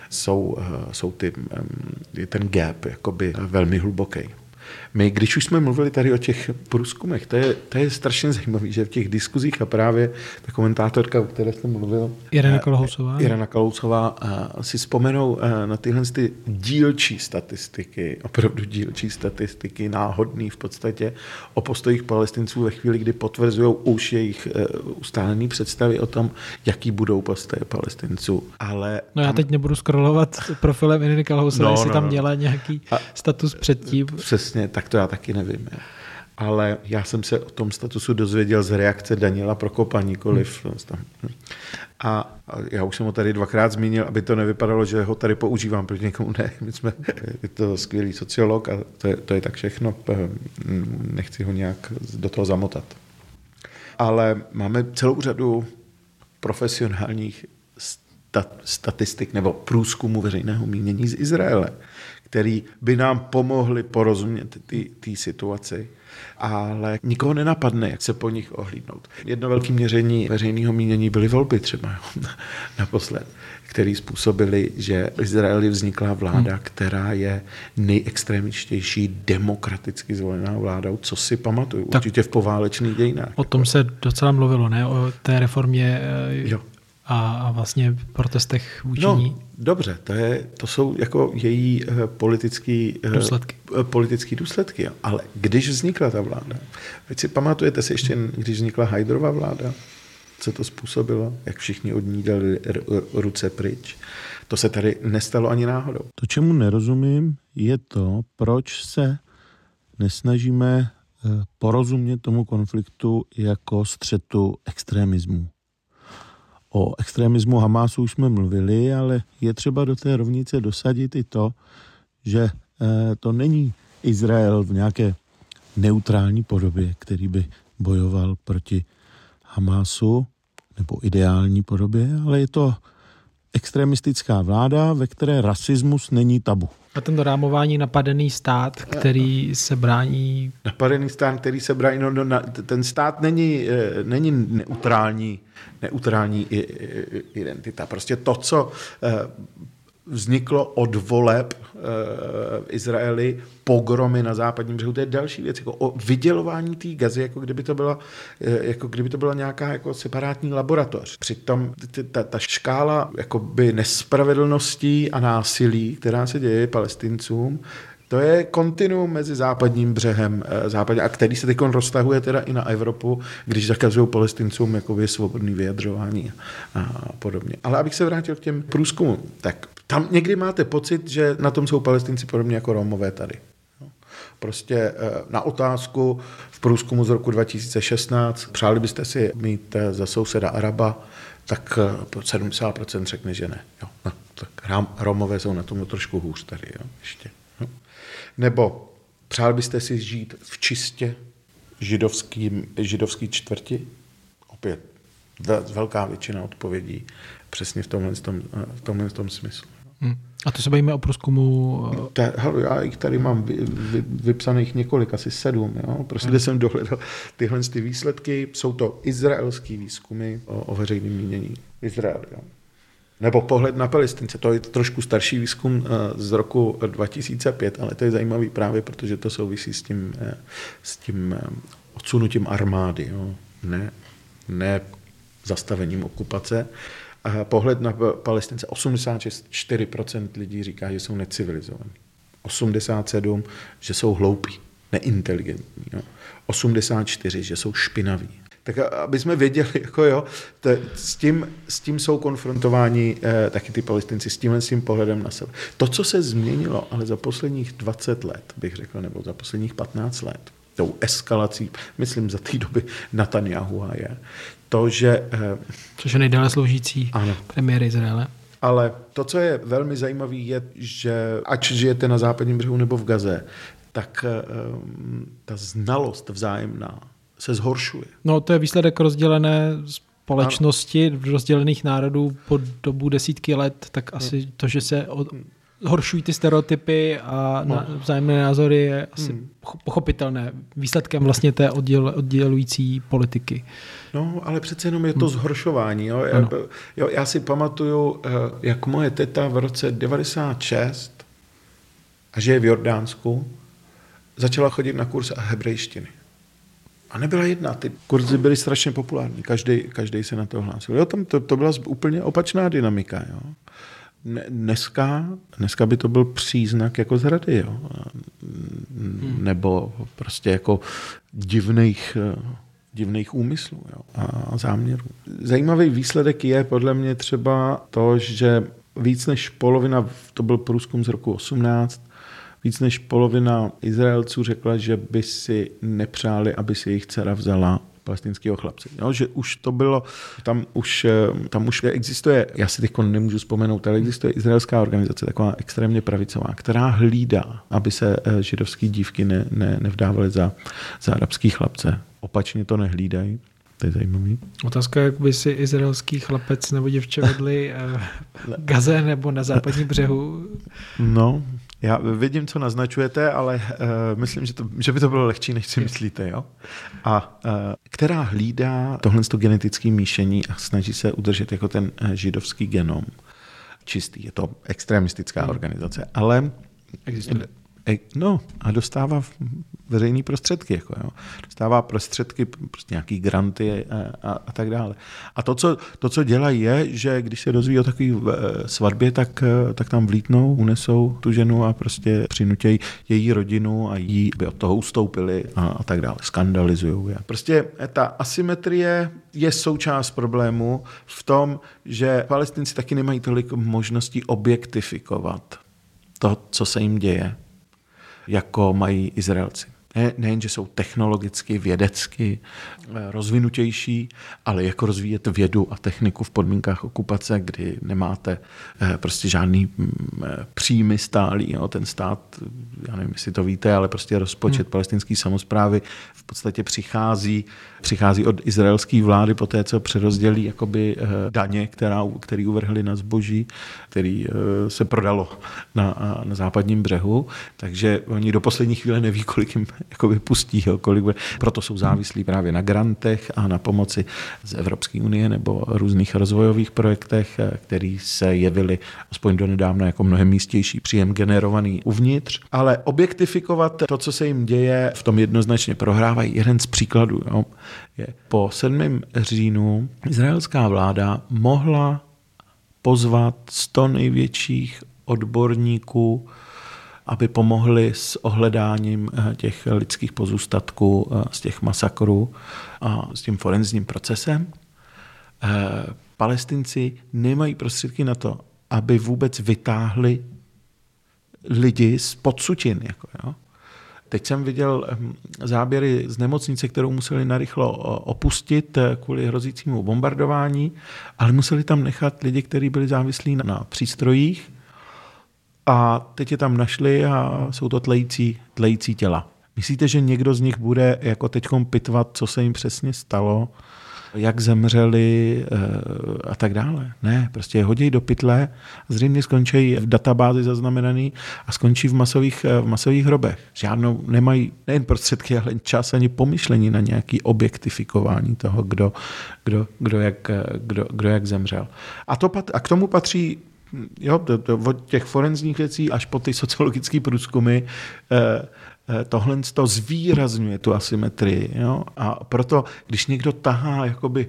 je ten gap jakoby velmi hluboký. My, když už jsme mluvili tady o těch průzkumech, to je strašně zajímavé, že v těch diskuzích a právě ta komentátorka, o které jsem mluvil, Irena Kalousová, si vzpomenou na tyhle dílčí statistiky, opravdu dílčí statistiky, náhodný v podstatě, o postojích Palestinců ve chvíli, kdy potvrzují už jejich ustálené představy o tom, jaký budou postoje Palestinců. Ale já teď nebudu scrollovat profilem Ireny Kalousové, jestli tam měla nějaký status předtím. Přesně, tak to já taky nevím. Ale já jsem se o tom statusu dozvěděl z reakce Daniela Prokopa, nikoliv. A já už jsem ho tady dvakrát zmínil, aby to nevypadalo, že ho tady používám, protože někomu ne. Je to skvělý sociolog a to je tak všechno. Nechci ho nějak do toho zamotat. Ale máme celou řadu profesionálních statistik nebo průzkumu veřejného mínění z Izraele, který by nám pomohli porozumět té situaci, ale nikoho nenapadne, jak se po nich ohlídnout. Jedno velké měření veřejného mínění byly volby třeba naposled, které způsobily, že v Izraeli vznikla vláda, která je nejextrémičtější demokraticky zvolená vládou, co si pamatuju, určitě v poválečných dějinách. O tom se docela mluvilo, ne? O té reformě a vlastně protestech vůči ní. Dobře, to jsou jako její politický důsledky. Jo. Ale když vznikla ta vláda, teď si pamatujete si ještě, když vznikla Haiderova vláda, co to způsobilo, jak všichni od ní dali ruce pryč. To se tady nestalo ani náhodou. To, čemu nerozumím, je to, proč se nesnažíme porozumět tomu konfliktu jako střetu extremismu. O extremismu Hamásu už jsme mluvili, ale je třeba do té rovnice dosadit i to, že to není Izrael v nějaké neutrální podobě, který by bojoval proti Hamásu, nebo ideální podobě, ale je to extremistická vláda, ve které rasismus není tabu. A ten dorámování napadený stát, který se brání... Napadený stát, který se brání... ten stát není neutrální identita. Prostě to, co vzniklo od voleb v Izraeli, pogromy na západním břehu, to je další věc. Jako o vydělování té Gazy, jako kdyby to byla nějaká jako separátní laboratoř. Přitom ta škála jakoby nespravedlností a násilí, která se děje Palestincům, to je kontinuum mezi západním břehem, a který se teď roztahuje teda i na Evropu, když zakazují Palestincům jakoby svobodný vyjadřování a podobně. Ale abych se vrátil k těm průzkumům, tak tam někdy máte pocit, že na tom jsou Palestinci podobně jako Romové tady. Prostě na otázku v průzkumu z roku 2016, přáli byste si mít za souseda Araba, tak 70% řekne, že ne. Jo, no, tak Romové jsou na tom trošku hůř tady, jo, ještě. No. Nebo přáli byste si žít v čistě židovský čtvrti? Opět velká většina odpovědí přesně v tomhle smyslu. A to se bavíme o průzkumu... Já jich tady mám vypsaných několik, asi 7. Jo? Prostě jsem dohledal tyhle výsledky. Jsou to izraelský výzkumy o veřejném mínění v Izraeli. Jo? Nebo pohled na Palestince. To je trošku starší výzkum z roku 2005, ale to je zajímavý právě, protože to souvisí s tím odsunutím armády. Jo? Ne zastavením okupace. Pohled na Palestince. 84% lidí říká, že jsou necivilizovaní. 87%, že jsou hloupí, neinteligentní. Jo. 84%, že jsou špinaví. Tak aby jsme věděli, jako jo, s tím jsou konfrontováni taky ty Palestinci, s tím pohledem na sebe. To, co se změnilo, ale za posledních 20 let, bych řekl, nebo za posledních 15 let, tou eskalací, myslím za té doby Netanjahua je, to, že... Což je nejdále sloužící premiér Izraele. Ale to, co je velmi zajímavé, je, že ať žijete na západním břehu nebo v Gaze, tak ta znalost vzájemná se zhoršuje. No, to je výsledek rozdělené společnosti, rozdělených národů po dobu desítky let, tak asi to, že se zhoršují ty stereotypy a vzájemné názory je asi pochopitelné. Výsledkem vlastně té oddělující politiky. No, ale přece jenom je to zhoršování. Jo? Já si pamatuju, jak moje teta v roce 96, a že je v Jordánsku, začala chodit na kurz hebrejštiny. A nebyla jedna. Ty kurzy byly strašně populární. Každý se na to hlásil. Jo, tam to byla úplně opačná dynamika. Jo. Dneska by to byl příznak jako zrady, jo. Nebo prostě jako divných úmyslů, jo, a záměrů. Zajímavý výsledek je podle mě třeba to, že víc než polovina, to byl průzkum z roku 18, víc než polovina Izraelců řekla, že by si nepřáli, aby si jejich dcera vzala palestinského chlapce. Jo, že už to bylo, tam už existuje, já si teď nemůžu vzpomenout, ale existuje izraelská organizace, taková extrémně pravicová, která hlídá, aby se židovský dívky nevdávaly za arabský chlapce. Opačně to nehlídají. To je zajímavý. Otázka, jak by si izraelský chlapec nebo děvče vedli Gaze nebo na západním břehu. No, já vidím, co naznačujete, ale myslím, že by to bylo lehčí, než si myslíte. Jo? A která hlídá tohle genetické míšení a snaží se udržet jako ten židovský genom čistý. Je to extremistická organizace, ale existuje. No a dostává veřejné prostředky. Jako, jo. Dostává prostředky, prostě nějaký granty a tak dále. A to, co dělají, je, že když se dozví o takové svatbě, tak tam vlítnou, unesou tu ženu a prostě přinutějí její rodinu a jí, aby od toho ustoupili a tak dále. Skandalizují je. Prostě ta asymetrie je součást problému v tom, že Palestinci taky nemají tolik možností objektifikovat to, co se jim děje, jako mají Izraelci. Nejen, že jsou technologicky, vědecky rozvinutější, ale jako rozvíjet vědu a techniku v podmínkách okupace, kdy nemáte prostě žádný příjmy stálý. Jo. Ten stát, já nevím, jestli to víte, ale prostě rozpočet palestinské samosprávy v podstatě přichází od izraelské vlády po té, co přerozdělí jakoby daně, který uvrhli na zboží, který se prodalo na západním břehu. Takže oni do poslední chvíle neví, kolik jim jakoby pustí, proto jsou závislí právě na grantech a na pomoci z Evropské unie nebo různých rozvojových projektech, které se jevily aspoň donedávna jako mnohem místější příjem generovaný uvnitř. Ale objektifikovat to, co se jim děje, v tom jednoznačně prohrávají. Jeden z příkladů je po 7. říjnu izraelská vláda mohla pozvat 100 největších odborníků, aby pomohli s ohledáním těch lidských pozůstatků z těch masakrů a s tím forenzním procesem. Palestinci nemají prostředky na to, aby vůbec vytáhli lidi z podsutin. Teď jsem viděl záběry z nemocnice, kterou museli narychlo opustit kvůli hrozícímu bombardování, ale museli tam nechat lidi, kteří byli závislí na přístrojích, a teď je tam našli a jsou to tlející těla. Myslíte, že někdo z nich bude jako teďkom pitvat, co se jim přesně stalo, jak zemřeli a tak dále? Ne, prostě je hodí do pytle, zřejmě skončí v databázi zaznamenaný a skončí v masových hrobech. Žádnou nemají nejen prostředky, ale čas ani pomyšlení na nějaké objektifikování toho, kdo jak zemřel. A k tomu patří od těch forenzních věcí až po ty sociologické průzkumy tohle to zvýrazňuje tu asymetrii. Jo? A proto, když někdo tahá jakoby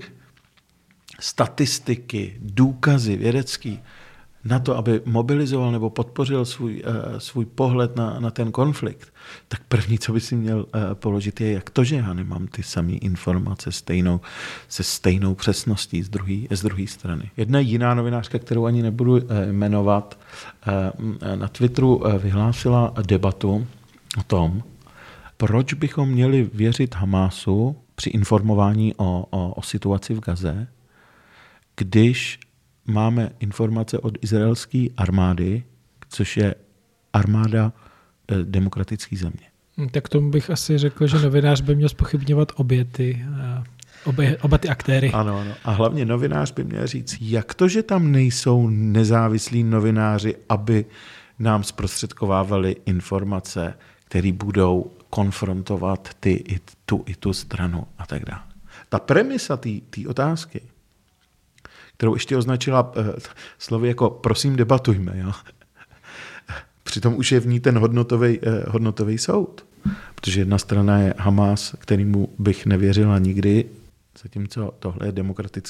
statistiky, důkazy vědecký na to, aby mobilizoval nebo podpořil svůj pohled na ten konflikt, tak první, co by si měl položit, je, jak to, že já nemám ty samé informace se stejnou přesností z druhé strany. Jedna jiná novinářka, kterou ani nebudu jmenovat, na Twitteru vyhlásila debatu o tom, proč bychom měli věřit Hamásu při informování o situaci v Gaze, když máme informace od izraelské armády, což je armáda demokratické země. Tak tomu bych asi řekl, že novinář by měl zpochybňovat oba ty aktéry. Ano. A hlavně novinář by měl říct, jak to, že tam nejsou nezávislí novináři, aby nám zprostředkovávali informace, které budou konfrontovat tu stranu a tak dále. Ta premisa té otázky, kterou ještě označila slovy jako prosím debatujme. Jo? Přitom už je v ní ten hodnotový soud. Protože jedna strana je Hamás, kterému bych nevěřila nikdy, zatímco tohle je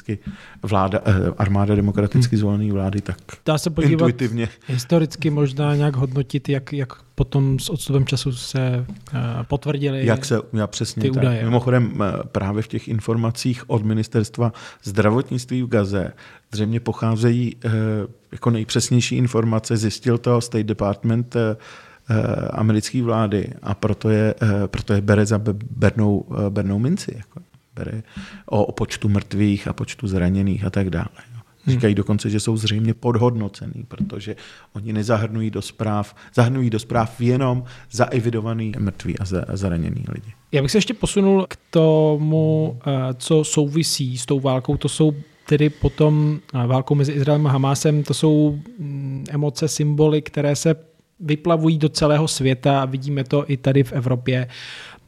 armáda demokraticky zvolené vlády, tak dá se podívat intuitivně. Historicky možná nějak hodnotit, jak potom s odstupem času se potvrdili ty údaje. Mimochodem právě v těch informacích od ministerstva zdravotnictví v Gaze zřejmě pocházejí jako nejpřesnější informace, zjistil to State Department americké vlády a proto je bere za bernou minci. Jako. Bere o počtu mrtvých a počtu zraněných a tak dále. Říkají dokonce, že jsou zřejmě podhodnocený, protože oni nezahrnují do zpráv jenom zaevidovaný mrtví a zraněný lidi. Já bych se ještě posunul k tomu, co souvisí s tou válkou. To jsou tedy potom válkou mezi Izraelem a Hamásem, to jsou emoce, symboly, které se vyplavují do celého světa. Vidíme to i tady v Evropě.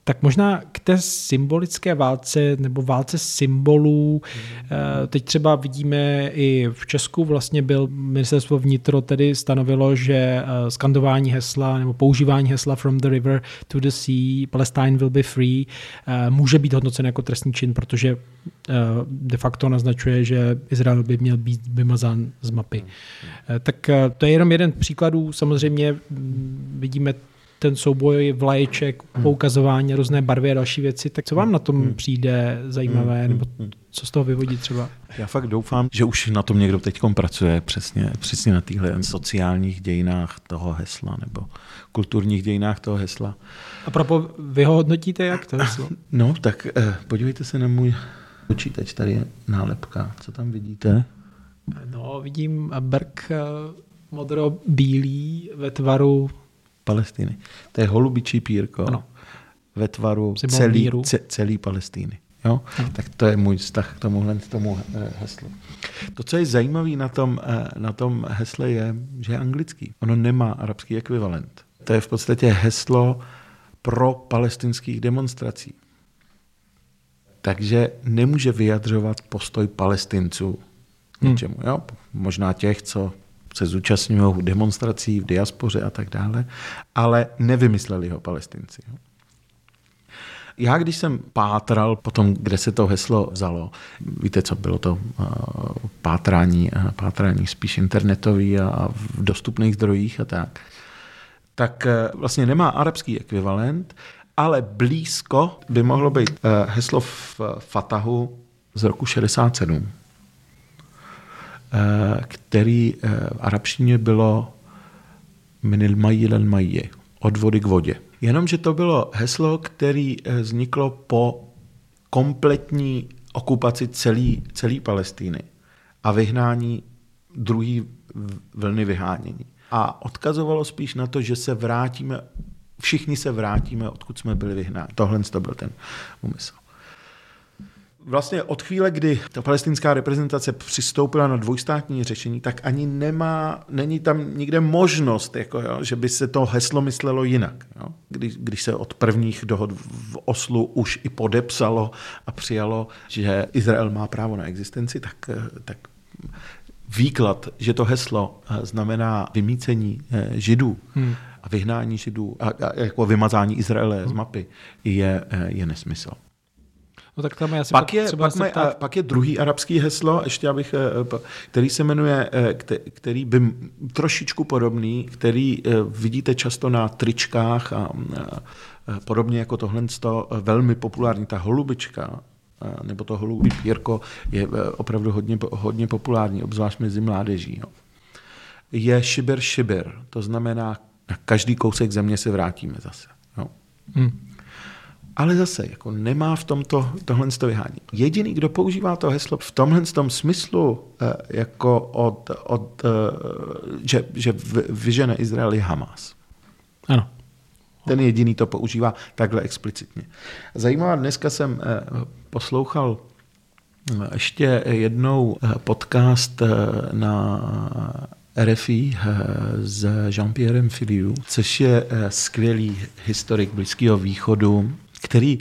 Tak možná k té symbolické válce nebo válce symbolů. Teď třeba vidíme i v Česku vlastně byl ministerstvo vnitro tedy stanovilo, že skandování hesla nebo používání hesla From the river to the sea, Palestine will be free, může být hodnocen jako trestný čin, protože de facto naznačuje, že Izrael by měl být vymazán z mapy. Tak to je jenom jeden z příkladů. Samozřejmě vidíme ten souboj vlaječek, poukazování, různé barvy a další věci. Tak co vám na tom přijde zajímavé, nebo co z toho vyvodí třeba? Já fakt doufám, že už na tom někdo teďkom pracuje přesně na těchto sociálních dějinách toho hesla nebo kulturních dějinách toho hesla. A propo, vy ho hodnotíte jak to heslo? No, tak podívejte se na můj počítač, tady je nálepka. Co tam vidíte? No, vidím brk modro-bílý ve tvaru To je holubičí pírko, ano, ve tvaru celý Palestiny. Jo? Tak to je můj vztah k tomu heslu. To, co je zajímavé na tom hesle, je, že je anglický. Ono nemá arabský ekvivalent. To je v podstatě heslo pro palestinských demonstrací. Takže nemůže vyjadřovat postoj Palestinců k něčemu. Jo? Možná těch, co se zúčastňují demonstrací v diaspoře a tak dále, ale nevymysleli ho Palestinci. Já, když jsem pátral potom, kde se to heslo vzalo, víte, co bylo to pátrání spíš internetový a v dostupných zdrojích a tak vlastně nemá arabský ekvivalent, ale blízko by mohlo být heslo v Fatahu z roku 67, který v arabštině bylo minil majil al majje, od vody k vodě. Jenomže to bylo heslo, které vzniklo po kompletní okupaci celé Palestiny a vyhnání druhé vlny vyhánění. A odkazovalo spíš na to, že všichni se vrátíme, odkud jsme byli vyhnáni. Tohle to byl ten úmysl. Vlastně od chvíle, kdy ta palestinská reprezentace přistoupila na dvojstátní řešení, tak ani není tam nikde možnost, že by se to heslo myslelo jinak. Jo? Když se od prvních dohod v Oslu už i podepsalo a přijalo, že Izrael má právo na existenci, tak výklad, že to heslo znamená vymýcení Židů a vyhnání Židů a jako vymazání Izraele z mapy, je nesmysl. No tak tam pak je druhý arabský heslo, ještě který se jmenuje, který by trošičku podobný, který vidíte často na tričkách a podobně jako tohle velmi populární, ta holubička, nebo to holubí pírko je opravdu hodně populární, obzvlášť mezi mládeží. Jo. Je šibir, to znamená, na každý kousek země se vrátíme zase. Jo. Ale zase nemá v tomto tohle vyhání. Jediný, kdo používá to heslo v tomhle smyslu, že vyžene Izrael, je Hamas. Ano. Ten jediný to používá takhle explicitně. Zajímavá, dneska jsem poslouchal ještě jednou podcast na RFI s Jean-Pierrem Filiou, což je skvělý historik Blízkého východu, který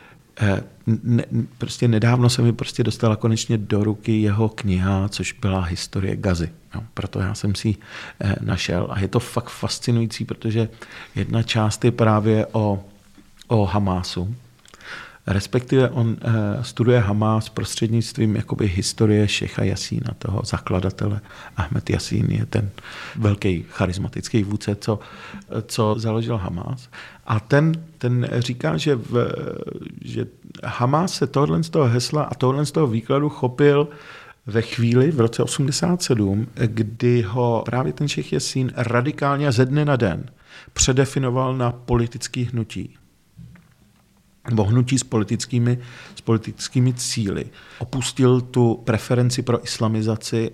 prostě nedávno se mi dostala konečně do ruky jeho kniha, což byla Historie Gazy. No, proto já jsem si ji našel a je to fakt fascinující, protože jedna část je právě o Hamásu. Respektive on studuje Hamás prostřednictvím jakoby historie šecha Jasína, toho zakladatele. Ahmed Jasín je ten velký charismatický vůdce, co založil Hamás. A ten říká, že Hamás se tohle z toho hesla a tohle z toho výkladu chopil ve chvíli v roce 87, kdy ho právě ten šech Jasín radikálně ze dne na den předefinoval na politický hnutí. Nebo hnutí s politickými cíli. Opustil tu preferenci pro islamizaci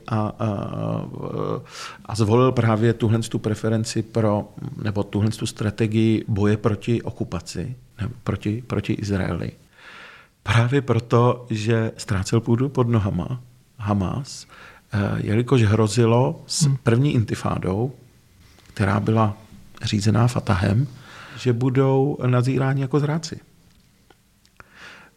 a zvolil právě tuhle tu preferenci nebo tuhle tu strategii boje proti okupaci, nebo proti Izraeli. Právě proto, že ztrácel půdu pod nohama Hamas, jelikož hrozilo s první intifádou, která byla řízená Fatahem, že budou nazíráni jako zráci.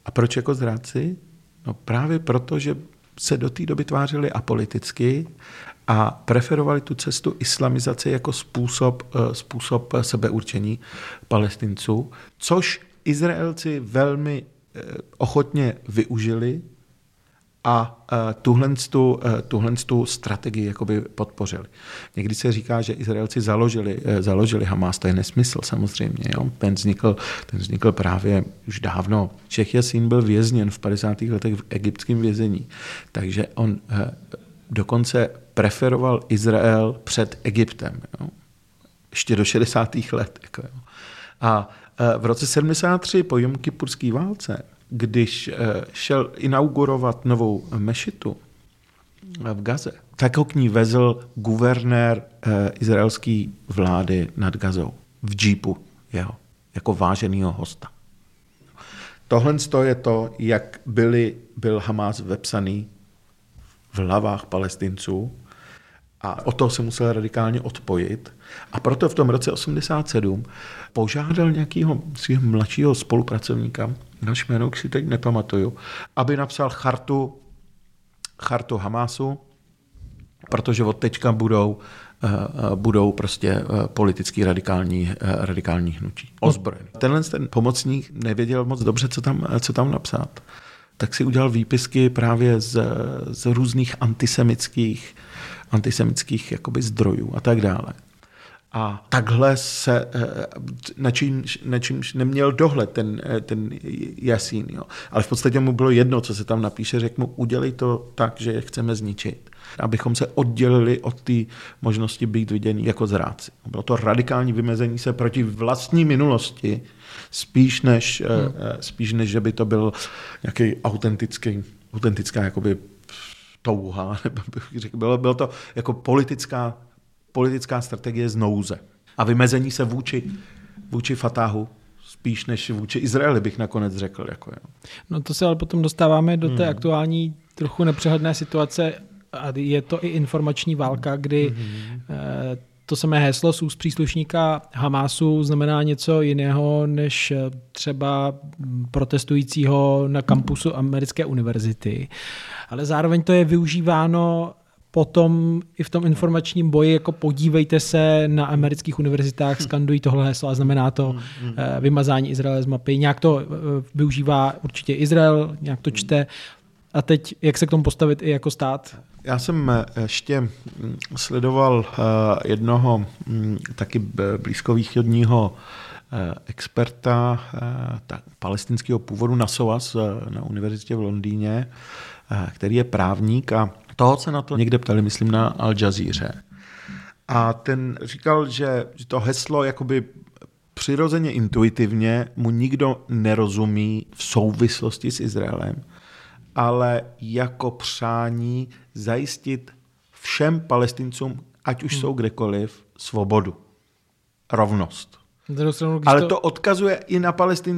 A proč jako zrádci? No právě proto, že se do té doby tvářili apoliticky a preferovali tu cestu islamizace jako způsob sebeurčení Palestinců, což Izraelci velmi ochotně využili a tuhle strategii jakoby podpořili. Někdy se říká, že Izraelci založili Hamas, to je nesmysl samozřejmě. Jo? Ten vznikl právě už dávno. Šejch Jasín byl vězněn v 50. letech v egyptském vězení, takže on dokonce preferoval Izrael před Egyptem. Jo? Ještě do 60. let. Jako, jo? A v roce 73 po Jomkipurské válce, když šel inaugurovat novou mešitu v Gaze, tak ho k ní vezl guvernér izraelské vlády nad Gazou v džípu jeho, jako váženýho hosta. Tohle je to, jak byl Hamas vepsaný v hlavách Palestinců a od toho se musel radikálně odpojit. A proto v tom roce 87 požádal nějakého svého mladšího spolupracovníka, naš jméno si teď nepamatuju, aby napsal chartu Hamasu, protože od teďka budou prostě politicky radikální hnutí. Ozbrojený. Ten pomocník nevěděl moc dobře, co tam napsat. Tak si udělal výpisky právě z různých antisemitských jakoby zdrojů a tak dále. A takhle se na čímž neměl dohled ten Jasín. Jo. Ale v podstatě mu bylo jedno, co se tam napíše, řekl mu, udělej to tak, že je chceme zničit. Abychom se oddělili od té možnosti být viděný jako zrádci. Bylo to radikální vymezení se proti vlastní minulosti, spíš než že by to byl nějaký autentická jakoby touha, nebo bych řekl, bylo to jako politická strategie z nouze. A vymezení se vůči Fatahu spíš než vůči Izraeli, bych nakonec řekl. Jako, jo. No to se ale potom dostáváme do té aktuální trochu nepřehledné situace a je to i informační válka, kdy to samé heslo z úst příslušníka Hamásu znamená něco jiného než třeba protestujícího na kampusu americké univerzity. Ale zároveň to je využíváno potom i v tom informačním boji, jako podívejte se na amerických univerzitách, skandují tohle heslo a znamená to vymazání Izraele z mapy. Nějak to využívá určitě Izrael, nějak to čte. A teď, jak se k tomu postavit i jako stát? Já jsem ještě sledoval jednoho taky blízkovýchodního experta palestinského původu na SOAS na univerzitě v Londýně, který je právník a toho se na to někde ptali, myslím na Al Jazeeře. A ten říkal, že to heslo jakoby přirozeně intuitivně mu nikdo nerozumí v souvislosti s Izraelem, ale jako přání zajistit všem Palestincům, ať už jsou kdekoliv, svobodu, rovnost. Ale to odkazuje i na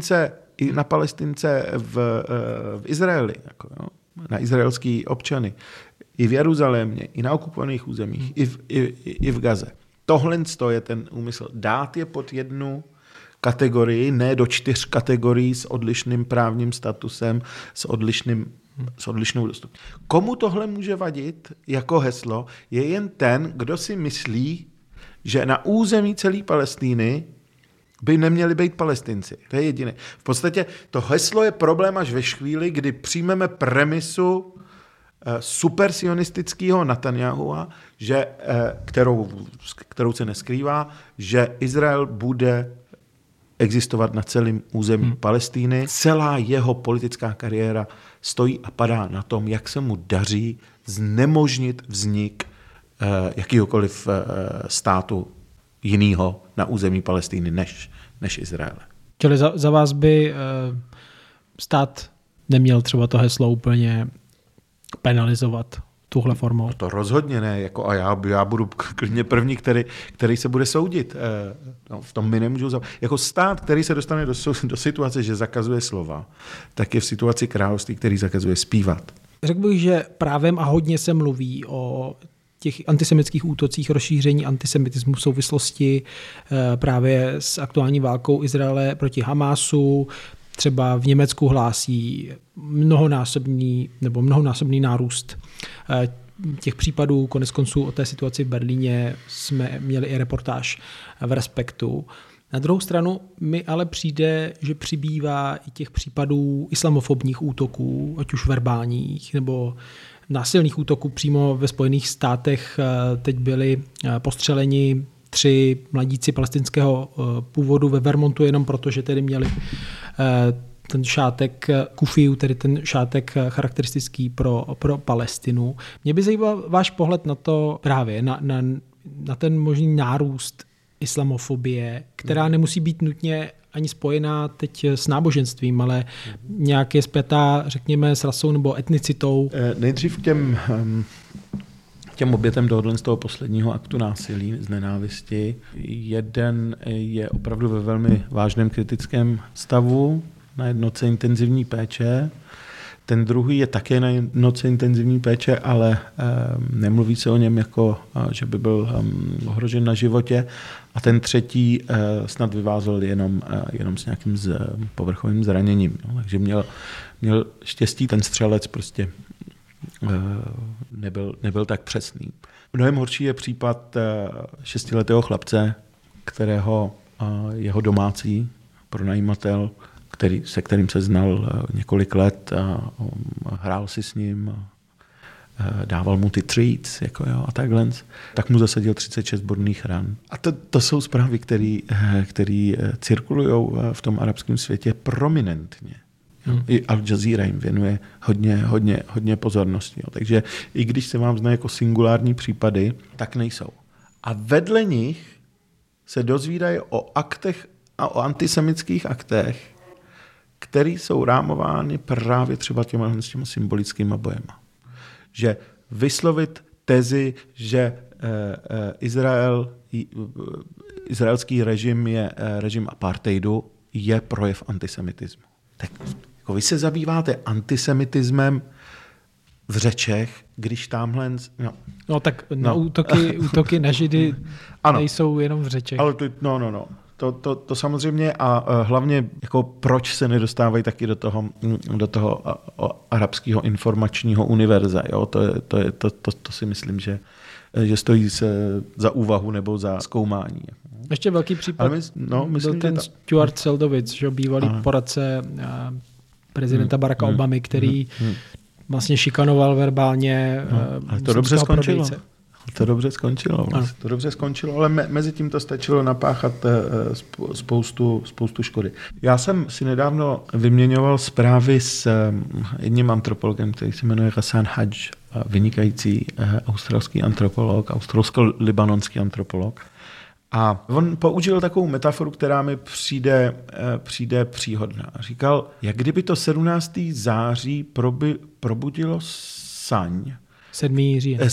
Palestince v Izraeli, jako, jo, na izraelský občany, i v Jeruzalémě, i na okupovaných územích, i v Gaze. Tohle je ten úmysl. Dát je pod jednu kategorii, ne do 4 kategorií s odlišným právním statusem, s odlišnou dostupností. Komu tohle může vadit jako heslo, je jen ten, kdo si myslí, že na území celé Palestíny by neměli být Palestinci. To je jediné. V podstatě to heslo je problém až ve chvíli, kdy přijmeme premisu supersionistického Netanyahua, kterou se neskrývá, že Izrael bude existovat na celém území Palestíny. Celá jeho politická kariéra stojí a padá na tom, jak se mu daří znemožnit vznik jakýhokoliv státu jiného na území Palestíny než Izraele. Čili za vás by stát neměl třeba to heslo úplně penalizovat tuhle formou? To rozhodně ne. Jako a já budu klidně první, který se bude soudit. V tom my nemůžu. Jako stát, který se dostane do situace, že zakazuje slova, tak je v situaci království, který zakazuje zpívat. Řekl bych, že právem a hodně se mluví o těch antisemitských útocích, rozšíření antisemitismu v souvislosti právě s aktuální válkou Izraele proti Hamásu. třeba v Německu hlásí mnohonásobný nárůst těch případů. Koneckonců o té situaci v Berlíně jsme měli i reportáž v Respektu. Na druhou stranu mi ale přijde, že přibývá i těch případů islamofobních útoků, ať už verbálních nebo násilných útoků. Přímo ve Spojených státech teď byli postřeleni 3 mladíci palestinského původu ve Vermontu jenom proto, že tedy měli ten šátek kufiu, tedy ten šátek charakteristický pro Palestinu. Mě by zajímal váš pohled na to právě, na ten možný nárůst islamofobie, která nemusí být nutně ani spojená teď s náboženstvím, ale nějak je spjatá, řekněme, s rasou nebo etnicitou. Nejdřív těm obětem z toho posledního aktu násilí z nenávisti. Jeden je opravdu ve velmi vážném kritickém stavu, na jednotce intenzivní péče. Ten druhý je také na jednotce intenzivní péče, ale nemluví se o něm jako, že by byl ohrožen na životě. A ten třetí snad vyvázl jenom s nějakým povrchovým zraněním. No. Takže měl štěstí, ten střelec prostě nebyl tak přesný. Mnohem horší je případ 6letého chlapce, kterého jeho domácí pronajímatel, se kterým se znal několik let a hrál si s ním, dával mu ty treats a takhle, tak mu zasadil 36 bodných ran. A to jsou zprávy, které cirkulují v tom arabském světě prominentně. I Al Jazeera jim věnuje hodně pozornosti. Takže i když se vám znají jako singulární případy, tak nejsou. A vedle nich se dozvídají o aktech a o antisemitských aktech, které jsou rámovány právě třeba těma symbolickými bojema. Že vyslovit tezi, že izraelský režim je režim apartheidu, je projev antisemitismu. Tak jako vy se zabýváte antisemitismem v řečech, když tamhle... No tak útoky na Židy nejsou jenom v řečech. Ale to samozřejmě a hlavně jako proč se nedostávají taky do toho arabského informačního univerza. Jo? To si myslím, že stojí se za úvahu nebo za zkoumání. Ještě velký případ byl ten Stuart Seldowitz, že bývalý poradce prezidenta Baracka Obamy, který vlastně šikanoval verbálně. Ale to dobře skončilo. To dobře skončilo, ale mezi tím to stačilo napáchat spoustu škody. Já jsem si nedávno vyměňoval zprávy s jedním antropologem, který se jmenuje Ghassan Hadj, vynikající australský antropolog, australsko-libanonský antropolog. A on použil takovou metaforu, která mi přijde příhodná. Říkal, jak kdyby to 17. září probudilo saň, 7. říjen.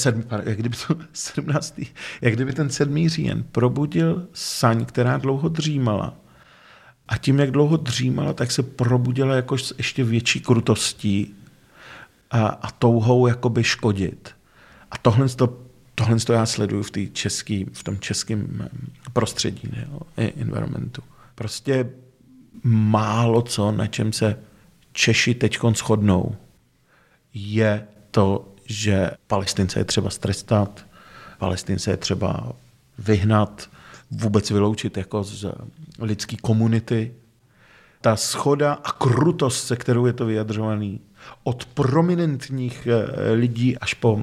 Jak kdyby ten 7. říjen probudil saň, která dlouho dřímala. A tím, jak dlouho dřímala, tak se probudila jako s ještě větší krutostí a touhou jakoby škodit. A tohle já sleduju v tom českém prostředí, environmentu. Prostě málo co, na čem se Češi teďkon shodnou, je to, že Palestince je třeba strestat, Palestince je třeba vyhnat, vůbec vyloučit jako z lidské komunity. Ta shoda a krutost, se kterou je to vyjadřovaný, od prominentních lidí až po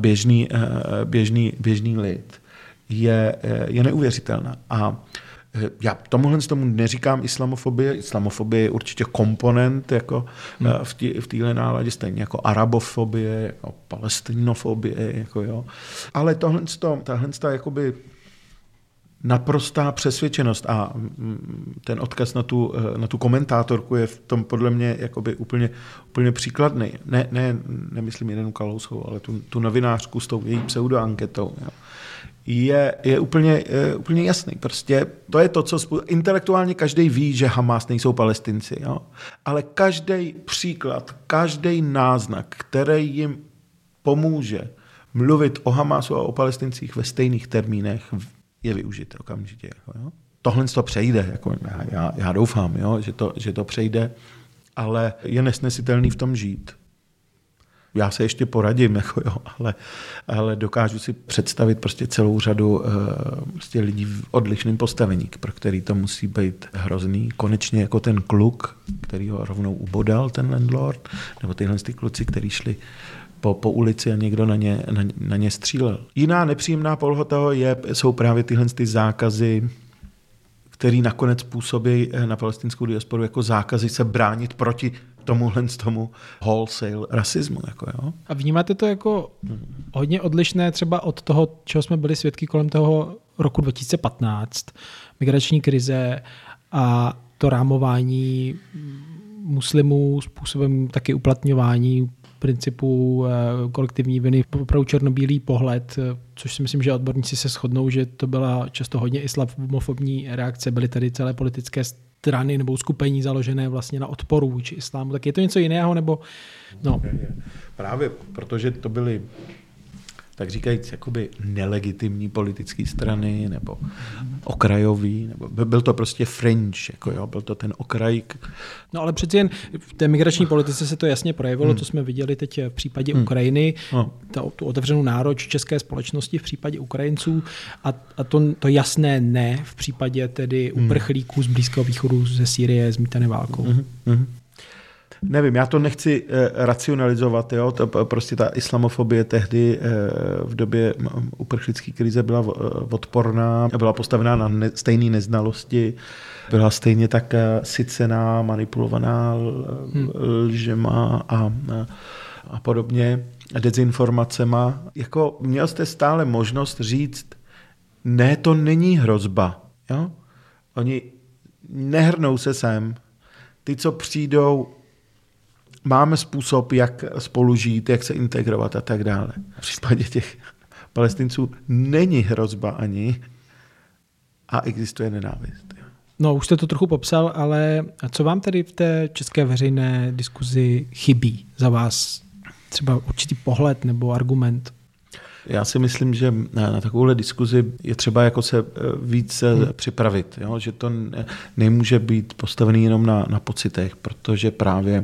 běžný lid, je neuvěřitelná. A já tomu neříkám islamofobie. Islamofobie je určitě komponent jako v téhle náladě, stejně jako arabofobie, jako palestinofobie. Jako jo. Ale tahle jakoby naprostá přesvědčenost a ten odkaz na tu komentátorku je v tom podle mě jakoby úplně příkladný. Nemyslím Irenu Kalousovou, ale tu novinářku s tou její pseudoanketou. Jo. Je úplně jasný. Prostě to je to, co intelektuálně každý ví, že Hamas nejsou Palestinci. Jo? Ale každý příklad, každý náznak, který jim pomůže mluvit o Hamasu a o Palestincích ve stejných termínech, je využit okamžitě. Jo? tohle to přejde, jako já doufám, jo, že to přejde, ale je nesnesitelný v tom žít. Já se ještě poradím, jako jo, ale dokážu si představit prostě celou řadu prostě lidí v odlišném postavení, pro který to musí být hrozný. Konečně jako ten kluk, který ho rovnou ubodal, ten landlord, nebo tyhle kluci, kteří šli po ulici a někdo na ně střílel. Jiná nepříjemná poloha toho jsou právě tyhle zákazy, který nakonec působí na palestinskou diasporu jako zákazy se bránit proti tomu wholesale rasismu. Jako, jo? A vnímáte to jako hodně odlišné třeba od toho, čeho jsme byli svědky kolem toho roku 2015, migrační krize a to rámování muslimů způsobem taky uplatňování principu kolektivní viny pro černobílý pohled, což si myslím, že odborníci se shodnou, že to byla často hodně islamofobní reakce. Byly tady celé politické strany nebo skupení založené vlastně na odporu vůči islámu. Tak je to něco jiného? Nebo no. Právě protože to byly tak říkajíc jakoby nelegitimní politické strany nebo okrajový, nebo byl to prostě fringe, jako jo, byl to ten okraj. No ale přeci jen v té migrační politice se to jasně projevilo, to jsme viděli teď v případě Ukrajiny, tu otevřenou náruč české společnosti v případě Ukrajinců a to jasné ne v případě tedy uprchlíků z Blízkého východu, ze Sýrie, zmítané válkou. Nevím, já to nechci racionalizovat, jo? Prostě ta islamofobie tehdy v době uprchlické krize byla odporná, byla postavená na stejné neznalosti, byla stejně tak sycená, manipulovaná lžema a podobně, dezinformacema. Jako měl jste stále možnost říct, ne, to není hrozba. Jo? Oni nehrnou se sem. Ty, co přijdou, máme způsob, jak spolu žít, jak se integrovat a tak dále. V případě těch Palestinců není hrozba ani a existuje nenávist. No, už jste to trochu popsal, ale co vám tedy v té české veřejné diskuzi chybí za vás? Třeba určitý pohled nebo argument? Já si myslím, že na takovouhle diskuzi je třeba jako se víc připravit, jo? Že to nemůže být postavený jenom na pocitech, protože právě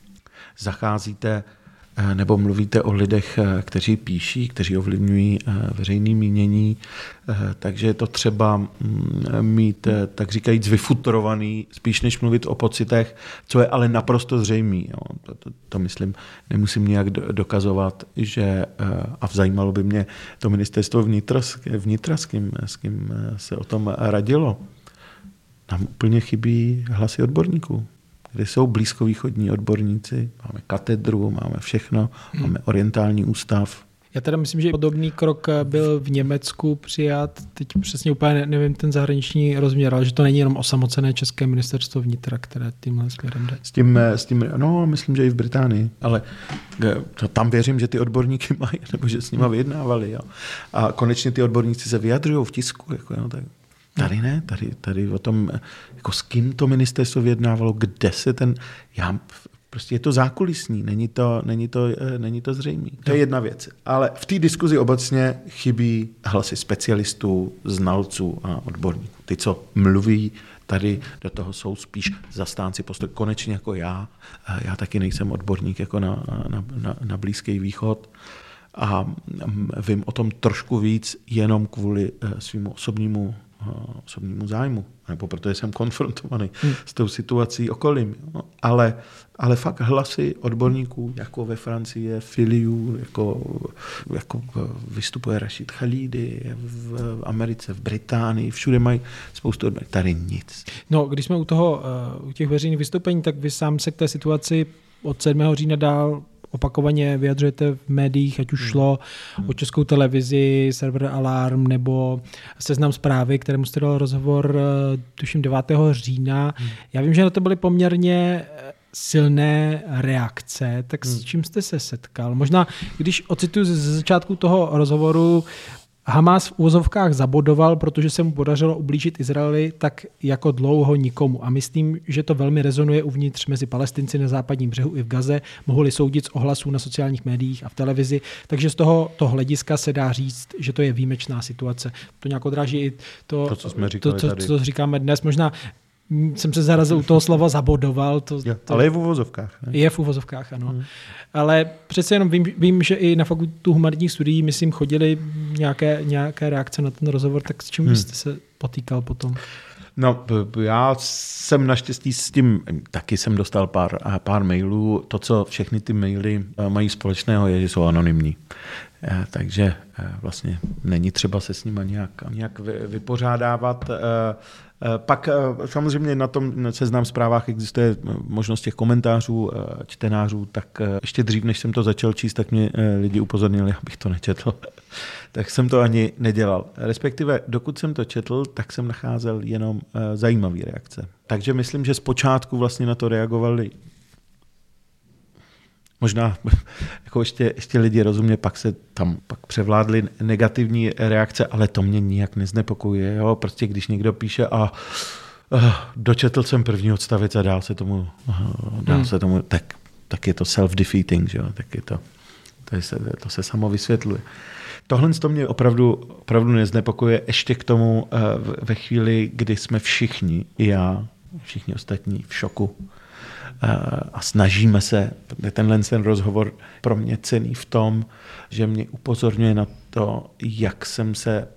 zacházíte nebo mluvíte o lidech, kteří píší, kteří ovlivňují veřejné mínění, takže je to třeba mít, tak říkajíc, vyfutrovaný, spíš než mluvit o pocitech, co je ale naprosto zřejmý. Jo. To myslím, nemusím nějak dokazovat, že, a zajímalo by mě to ministerstvo vnitra, s kým se o tom radilo. Nám úplně chybí hlasy odborníků, kde jsou blízkovýchodní odborníci, máme katedru, máme všechno, máme orientální ústav. Já teda myslím, že podobný krok byl v Německu přijat, teď přesně úplně nevím ten zahraniční rozměr, ale že to není jenom osamocené české ministerstvo vnitra, které tímhle směrem jde. S tím, no, myslím, že i v Británii, ale tam věřím, že ty odborníky mají, nebo že s nima vyjednávali. Jo. A konečně ty odborníci se vyjadřují v tisku, jako, jo, tak. Tady ne, tady o tom, jako s kým to ministerstvo vyjednávalo, kde se prostě je to zákulisní, není to zřejmé. To je jedna věc. Ale v té diskuzi obecně chybí hlasy specialistů, znalců a odborníků. Ty, co mluví, tady do toho jsou spíš zastánci postoje. Konečně jako já taky nejsem odborník jako na Blízký východ a vím o tom trošku víc jenom kvůli svému osobnímu zájmu, nebo protože jsem konfrontovaný s tou situací okolím. Ale fakt hlasy odborníků, jako ve Francii je Filiu, jako vystupuje Rashid Khalidi, v Americe, v Británii, všude mají spoustu odborníků. Tady nic. No, když jsme u těch veřejných vystoupení, tak vy sám se k té situaci od 7. října dál opakovaně vyjadřujete v médiích, ať už šlo o Českou televizi, server Alarm nebo Seznam Zprávy, kterému jste dal rozhovor, tuším 9. října. Já vím, že na to byly poměrně silné reakce, tak s čím jste se setkal? Možná, když ocituju ze začátku toho rozhovoru, Hamas v úvozovkách zabodoval, protože se mu podařilo ublížit Izraeli tak jako dlouho nikomu. A myslím, že to velmi rezonuje uvnitř mezi Palestinci na západním břehu i v Gaze. Mohli soudit z ohlasů na sociálních médiích a v televizi. Takže z tohoto hlediska se dá říct, že to je výjimečná situace. To nějak odráží i to co jsme říkali co říkáme dnes. Možná jsem se zarazil u toho slova zabodoval. Ale je v uvozovkách. Ne? Je v uvozovkách, ano. Ale přece jenom vím, že i na fakultu humanitních studií, myslím, chodily nějaké reakce na ten rozhovor, tak s čím jste se potýkal potom? No, já jsem naštěstí s tím, taky jsem dostal pár mailů. To, co všechny ty maily mají společného, je, že jsou anonymní. Takže vlastně není třeba se s nimi nějak vypořádávat. Pak samozřejmě na tom Seznam Zprávách existuje možnost těch komentářů, čtenářů, tak ještě dřív, než jsem to začal číst, tak mě lidi upozornili, abych to nečetl. Tak jsem to ani nedělal. Respektive, dokud jsem to četl, tak jsem nacházel jenom zajímavé reakce. Takže myslím, že zpočátku vlastně na to reagovali možná jako ještě lidi rozumně, pak převládly negativní reakce, ale to mě nijak neznepokojuje. Jo? Prostě když někdo píše a dočetl jsem první odstavec a dál se tomu tak je to self-defeating, že jo? Tak je to se samo vysvětluje. Tohle to mě opravdu neznepokojuje ještě k tomu ve chvíli, kdy jsme všichni, i já, všichni ostatní v šoku a snažíme se, ten rozhovor pro mě cenný v tom, že mě upozorňuje na to, jak jsem se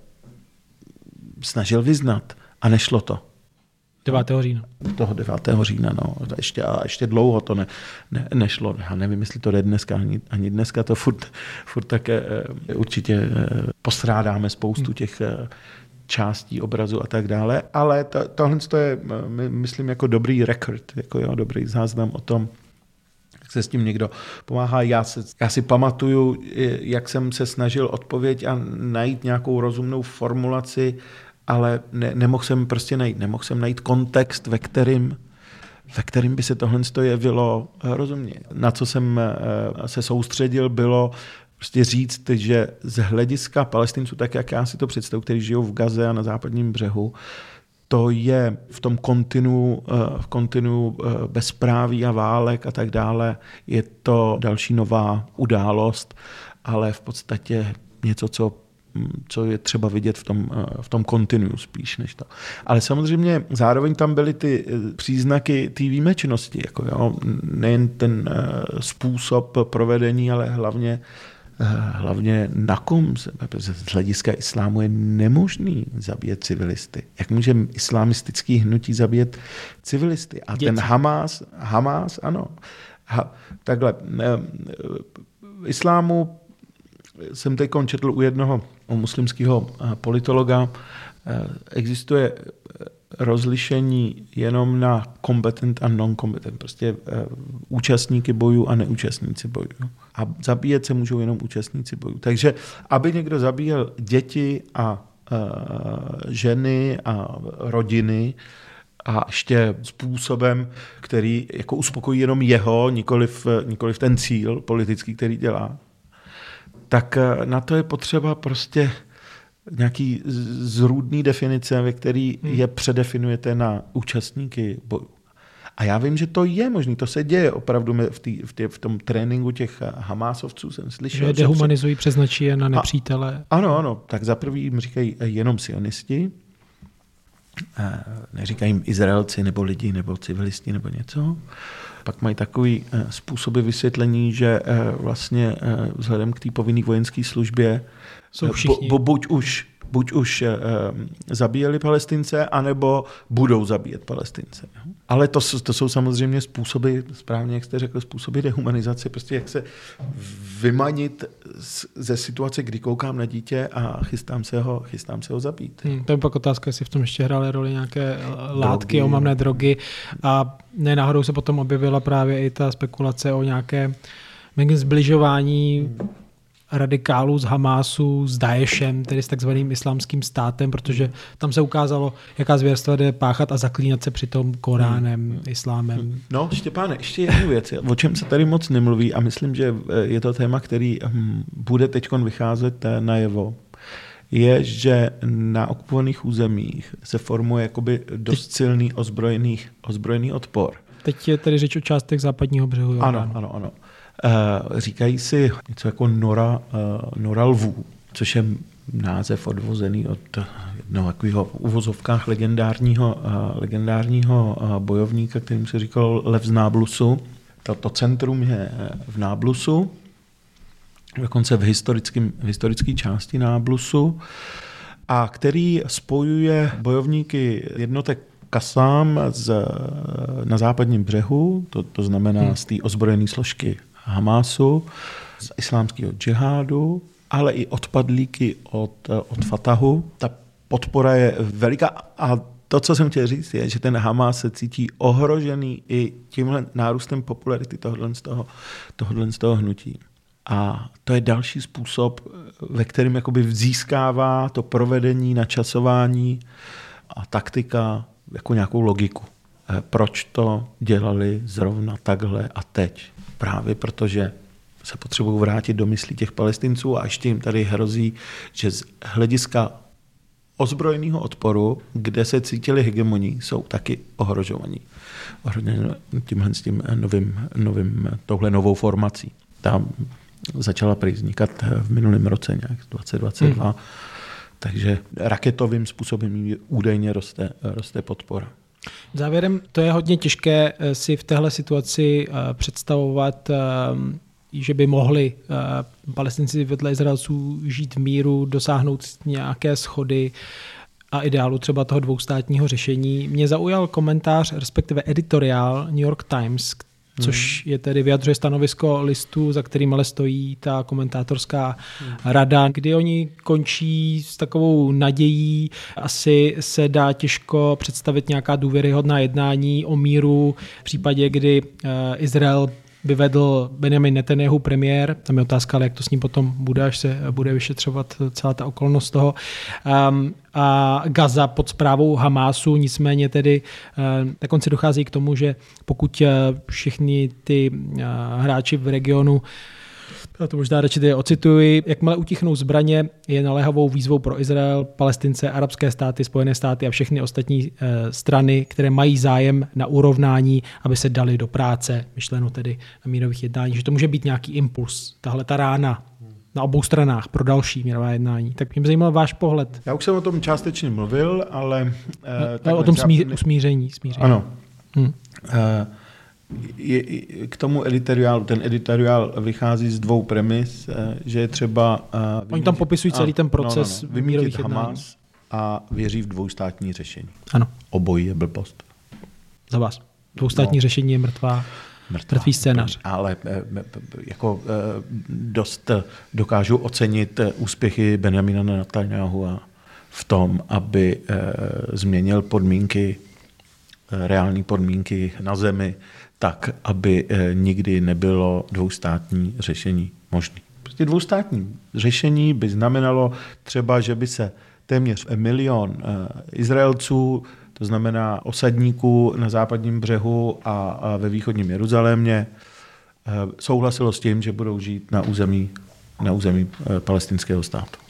snažil vyznat a nešlo to. 9. října. Toho 9. října, no. Ještě dlouho to nešlo. Já nevím, jestli to jde dneska, ani dneska to furt také určitě postrádáme spoustu těch částí obrazu a tak dále, ale tohle je, myslím, jako dobrý record, jako dobrý záznam o tom, jak se s tím někdo pomáhá. Já si pamatuju, jak jsem se snažil odpověď a najít nějakou rozumnou formulaci, ale nemohl jsem najít kontext, ve kterým by se tohle jevilo rozumně. Na co jsem se soustředil, bylo prostě říct, že z hlediska Palestinců, tak jak já si to představu, kteří žijou v Gaze a na západním břehu, to je v tom kontinu bezpráví a válek a tak dále. Je to další nová událost, ale v podstatě něco, co je třeba vidět v tom kontinu spíš než to. Ale samozřejmě zároveň tam byly ty příznaky té výjimečnosti, jako jo, nejen ten způsob provedení, ale hlavně na kom z hlediska islámu je nemožný zabíjet civilisty. Jak může islamistický hnutí zabíjet civilisty? A ten Hamas, ano. Takhle, islámu jsem teď četl u jednoho muslimského politologa, existuje rozlišení jenom na kompetent a non-kompetent, prostě účastníky bojů a neúčastníci bojů. A zabíjet se můžou jenom účastníci bojů. Takže aby někdo zabíjel děti a ženy a rodiny a ještě způsobem, který jako uspokojí jenom jeho, nikoliv ten cíl politický, který dělá, tak na to je potřeba prostě nějaký zrůdný definice, ve který je předefinujete na účastníky bojů. A já vím, že to je možné, to se děje opravdu v tom tréninku těch Hamásovců, jsem slyšel. Že dehumanizují, přeznačí je na nepřítele. Ano, tak za prvý jim říkají jenom sionisti, neříkají jim Izraelci nebo lidi nebo civilisti nebo něco. Pak mají takový způsoby vysvětlení, že vlastně vzhledem k té povinné vojenské službě buď už zabíjeli Palestince, anebo budou zabíjet Palestince. Ale to jsou samozřejmě způsoby, správně jak jste řekl, způsoby dehumanizace, prostě jak se vymanit ze situace, kdy koukám na dítě a chystám se ho zabít. To je pak otázka, jestli v tom ještě hrály roli nějaké látky, omamné drogy a náhodou se potom objevila právě i ta spekulace o nějaké zbližování radikálů z Hamásu s Daešem, tedy s takzvaným islámským státem, protože tam se ukázalo, jaká zvěrstva jde páchat a zaklínat se přitom Koránem, islámem. No, Štěpáne, ještě jednu věc, o čem se tady moc nemluví a myslím, že je to téma, který bude teďkon vycházet najevo, je, že na okupovaných územích se formuje jakoby dost silný ozbrojený odpor. Teď je tedy řeč o částech západního břehu Jordánu. Ano. Říkají si něco jako nora lvů, což je název odvozený od jednoho takového v uvozovkách legendárního bojovníka, kterým se říkal Lev z Náblusu. To centrum je v Náblusu, dokonce v historické části Náblusu, a který spojuje bojovníky jednotek Kasám na západním břehu, to znamená z té ozbrojené složky Hamásu, z islámského džihádu, ale i odpadlíky od Fatahu. Ta podpora je veliká a to, co jsem chtěl říct, je, že ten Hamás se cítí ohrožený i tímhle nárůstem popularity tohohle z toho hnutí. A to je další způsob, ve kterém jakoby získává to provedení, načasování a taktika jako nějakou logiku. Proč to dělali zrovna takhle a teď? Právě protože se potřebují vrátit do myslí těch Palestinců a ještě jim tady hrozí, že z hlediska ozbrojeného odporu, kde se cítili hegemoní, jsou taky ohrožovaní. Tímhle s tím touhle novou formací. Ta začala vznikat v minulém roce, nějak 2022. Takže raketovým způsobem údajně roste podpora. Závěrem, to je hodně těžké si v téhle situaci představovat, že by mohli Palestinci vedle Izraelců žít v míru, dosáhnout nějaké shody a ideálu třeba toho dvoustátního řešení. Mě zaujal komentář, respektive editoriál New York Times, což je tedy vyjadřuje stanovisko listu, za kterým ale stojí ta komentátorská rada, kdy oni končí s takovou nadějí. Asi se dá těžko představit nějaká důvěryhodná jednání o míru v případě, kdy Izrael vyvedl Benjamin Netanyahu premiér. Tam je otázka, ale jak to s ním potom bude, až se bude vyšetřovat celá ta okolnost toho. A Gaza pod správou Hamásu, nicméně tedy na konci dochází k tomu, že pokud všichni ty hráči v regionu, já to možná radši ocituji, jakmile utichnou zbraně, je naléhavou výzvou pro Izrael, Palestince, arabské státy, Spojené státy a všechny ostatní strany, které mají zájem na urovnání, aby se dali do práce, myšleno tedy na mírových jednání, že to může být nějaký impuls, tahle ta rána na obou stranách pro další mírová jednání. Tak mě zajímal váš pohled. Já už jsem o tom částečně mluvil, ale... o tom smíření. Ano. K tomu editoriálu, ten editoriál vychází z dvou premis, že je třeba... Oni tam popisují celý ten proces mírových jednání. Hamas a věří v dvoustátní řešení. Ano. Obojí je blbost. Za vás. Dvoustátní řešení je mrtvý scénář. Ale jako dost dokážu ocenit úspěchy Benjamina Netanyahu v tom, aby změnil reální podmínky na zemi, tak, aby nikdy nebylo dvoustátní řešení možné. Prostě dvoustátní řešení by znamenalo třeba, že by se téměř 1 milion Izraelců, to znamená osadníků na západním břehu a ve východním Jeruzalémě, souhlasilo s tím, že budou žít na území palestinského státu.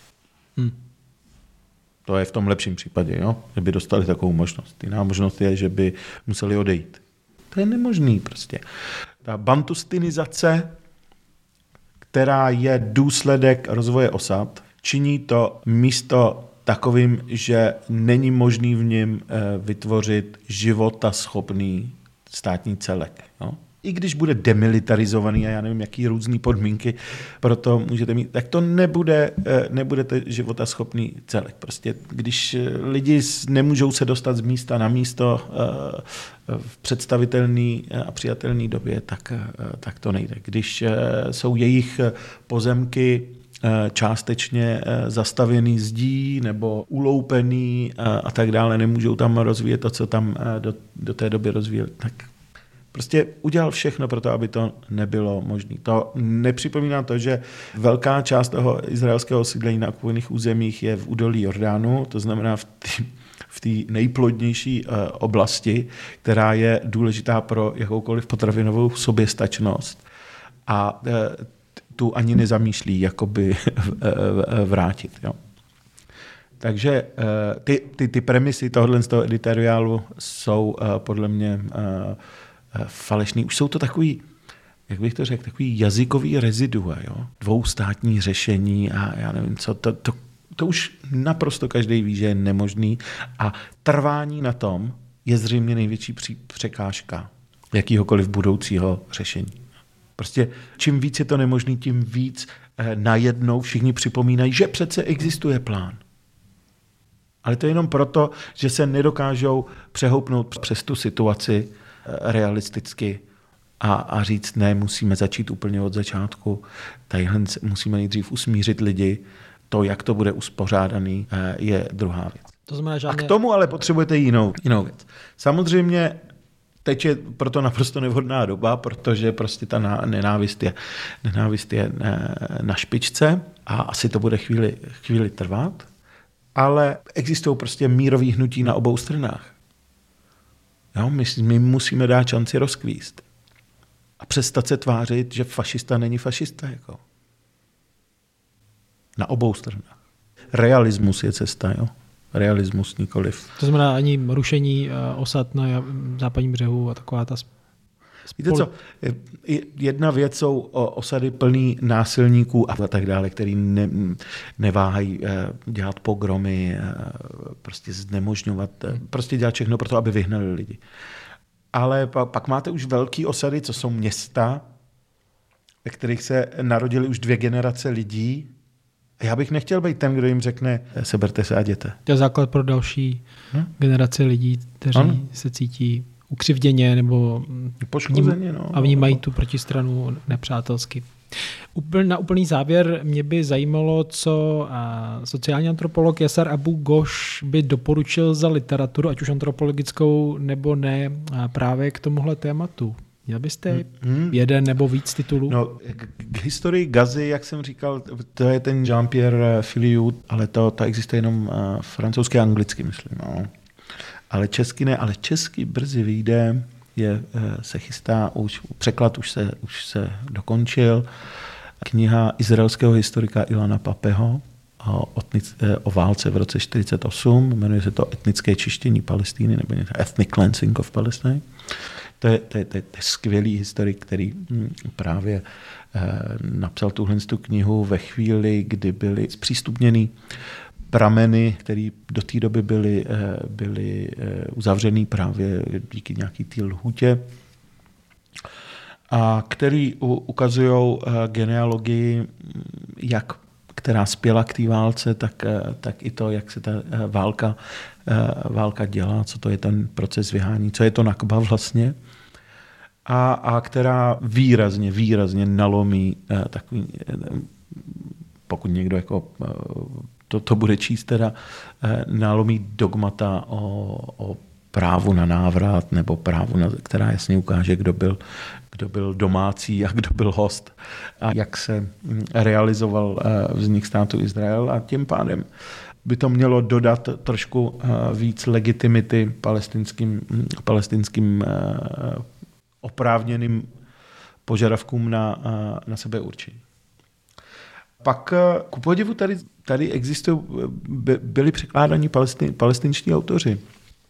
To je v tom lepším případě, jo? Že by dostali takovou možnost. Jiná možnost je, že by museli odejít. To je nemožný prostě. Ta bantustinizace, která je důsledek rozvoje osad, činí to místo takovým, že není možný v něm vytvořit životaschopný státní celek. Jo? I když bude demilitarizovaný a já nevím, jaký různý podmínky pro to můžete mít, tak to nebudete životaschopný celek. Prostě když lidi nemůžou se dostat z místa na místo v představitelné a přijatelné době, tak to nejde. Když jsou jejich pozemky částečně zastavěný zdí nebo uloupený a tak dále, nemůžou tam rozvíjet to, co tam do té doby rozvíjeli, tak prostě udělal všechno pro to, aby to nebylo možné. To nepřipomíná to, že velká část toho izraelského osídlení na okupovaných územích je v údolí Jordánu, to znamená v té nejplodnější oblasti, která je důležitá pro jakoukoliv potravinovou soběstačnost. A tu ani nezamýšlí jakoby vrátit. Jo. Takže ty premisy tohohle z toho editoriálu jsou podle mě falešný. Už jsou to takový, jak bych to řekl, takový jazykový rezidua, jo? Dvoustátní řešení a já nevím co, to už naprosto každý ví, že je nemožný a trvání na tom je zřejmě největší překážka jakýhokoliv budoucího řešení. Prostě čím víc je to nemožný, tím víc najednou všichni připomínají, že přece existuje plán. Ale to je jenom proto, že se nedokážou přehoupnout přes tu situaci realisticky a říct, ne, musíme začít úplně od začátku, tadyhle musíme nejdřív usmířit lidi, to, jak to bude uspořádaný, je druhá věc. To znamená, žádné... A k tomu ale potřebujete jinou věc. Samozřejmě teď je proto naprosto nevhodná doba, protože prostě ta nenávist je na špičce a asi to bude chvíli trvat, ale existují prostě mírový hnutí na obou stranách. Jo, my musíme dát šanci rozkvíst a přestat se tvářit, že fašista není fašista. Jako. Na obou stranách. Realismus je cesta, jo. Realismus nikoliv. To znamená ani rušení osad na západním břehu a taková ta... Víte co, jedna věc jsou osady plný násilníků a tak dále, který neváhají dělat pogromy, prostě znemožňovat, prostě dělat všechno pro to, aby vyhnali lidi. Ale pak máte už velký osady, co jsou města, ve kterých se narodili už 2 generace lidí. Já bych nechtěl být ten, kdo jim řekne, seberte se a jděte. To je základ pro další generace lidí, kteří se cítí ukřivděně nebo poškozeně, a vnímají tu protistranu nepřátelsky. Na úplný závěr mě by zajímalo, co sociální antropolog Yasar Abu Ghosh by doporučil za literaturu, ať už antropologickou nebo ne, právě k tomuhle tématu. Měl byste jeden nebo víc titulů? No, k historii Gazy, jak jsem říkal, to je ten Jean-Pierre Filiou, ale to existuje jenom francouzsky a anglicky, myslím. No. Ale česky ne, ale česky brzy vyjde, se chystá, překlad už se dokončil. Kniha izraelského historika Ilana Papeho o válce v roce 1948, jmenuje se to Etnické čištění Palestiny, nebo Ethnic Cleansing of Palestine. To je skvělý historik, který právě napsal tuhle knihu ve chvíli, kdy byly zpřístupněny prameny, které do té doby byly uzavřený právě díky nějaký té lhůtě, a který ukazují genealogii, která spěla k té válce, tak i to, jak se ta válka dělá, co to je ten proces vyhání, co je to nakba vlastně, a která výrazně nalomí takový, pokud někdo jako to bude číst, teda nalomí dogmata o právu na návrat nebo právu, která jasně ukáže, kdo byl domácí a kdo byl host a jak se realizoval vznik státu Izrael, a tím pádem by to mělo dodat trošku víc legitimity palestinským oprávněným požadavkům na sebeurčení. Pak ku podivu tady byli překládaní palestinští autoři.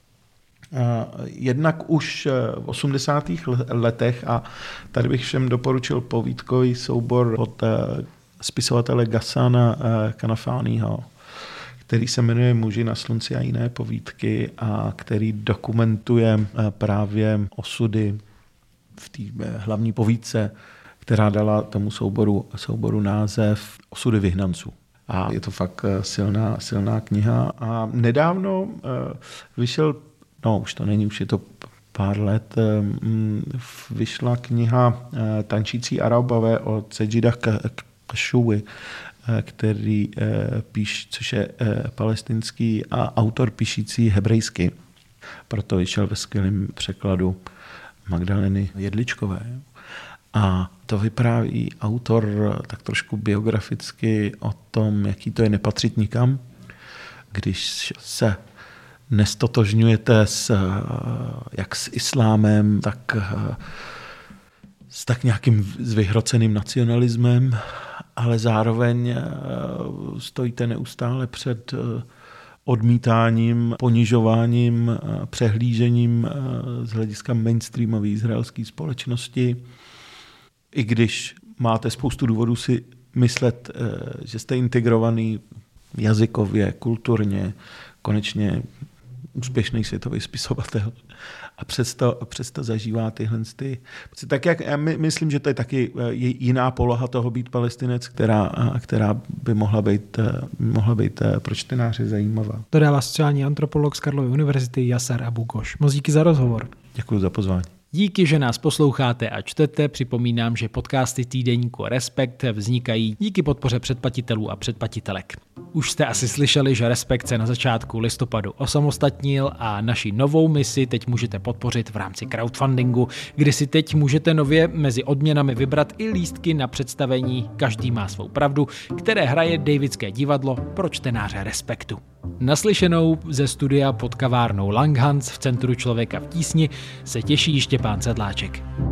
Jednak už v 80. letech, a tady bych všem doporučil povídkový soubor od spisovatele Gassana Kanafáního, který se jmenuje Muži na slunci a jiné povídky a který dokumentuje právě osudy v té hlavní povídce, která dala tomu souboru název Osudy vyhnanců. A je to fakt silná kniha. A nedávno vyšel, už to není, už je to pár let, vyšla kniha Tančící Arabové od Sejida Kashuwi, který což je palestinský a autor píšící hebrejsky. Proto vyšel ve skvělém překladu Magdaleny Jedličkové. A to vypráví autor tak trošku biograficky o tom, jaký to je nepatřit nikam, když se nestotožňujete jak s islámem, tak s nějakým vyhroceným nacionalismem, ale zároveň stojíte neustále před odmítáním, ponižováním, přehlížením z hlediska mainstreamové izraelské společnosti. I když máte spoustu důvodů si myslet, že jste integrovaný jazykově, kulturně, konečně úspěšný světový spisovatel a přesto zažívá tyhle ty. Tak jak já myslím, že to je taky jiná poloha toho být Palestinec, která by mohla být pro čtenáře zajímavá. To dává sociální antropolog z Karlovy univerzity Yasser Abu Ghosh. Moc díky za rozhovor. Děkuji za pozvání. Díky, že nás posloucháte a čtete. Připomínám, že podcasty týdeníku Respekt vznikají díky podpoře předplatitelů a předplatitelek. Už jste asi slyšeli, že Respekt se na začátku listopadu osamostatnil a naši novou misi teď můžete podpořit v rámci crowdfundingu, kdy si teď můžete nově mezi odměnami vybrat i lístky na představení Každý má svou pravdu, které hraje Davidské divadlo pro čtenáře Respektu. Naslyšenou ze studia pod kavárnou Langhans v centru Člověka v tísni se těší Štěpán Sedláček.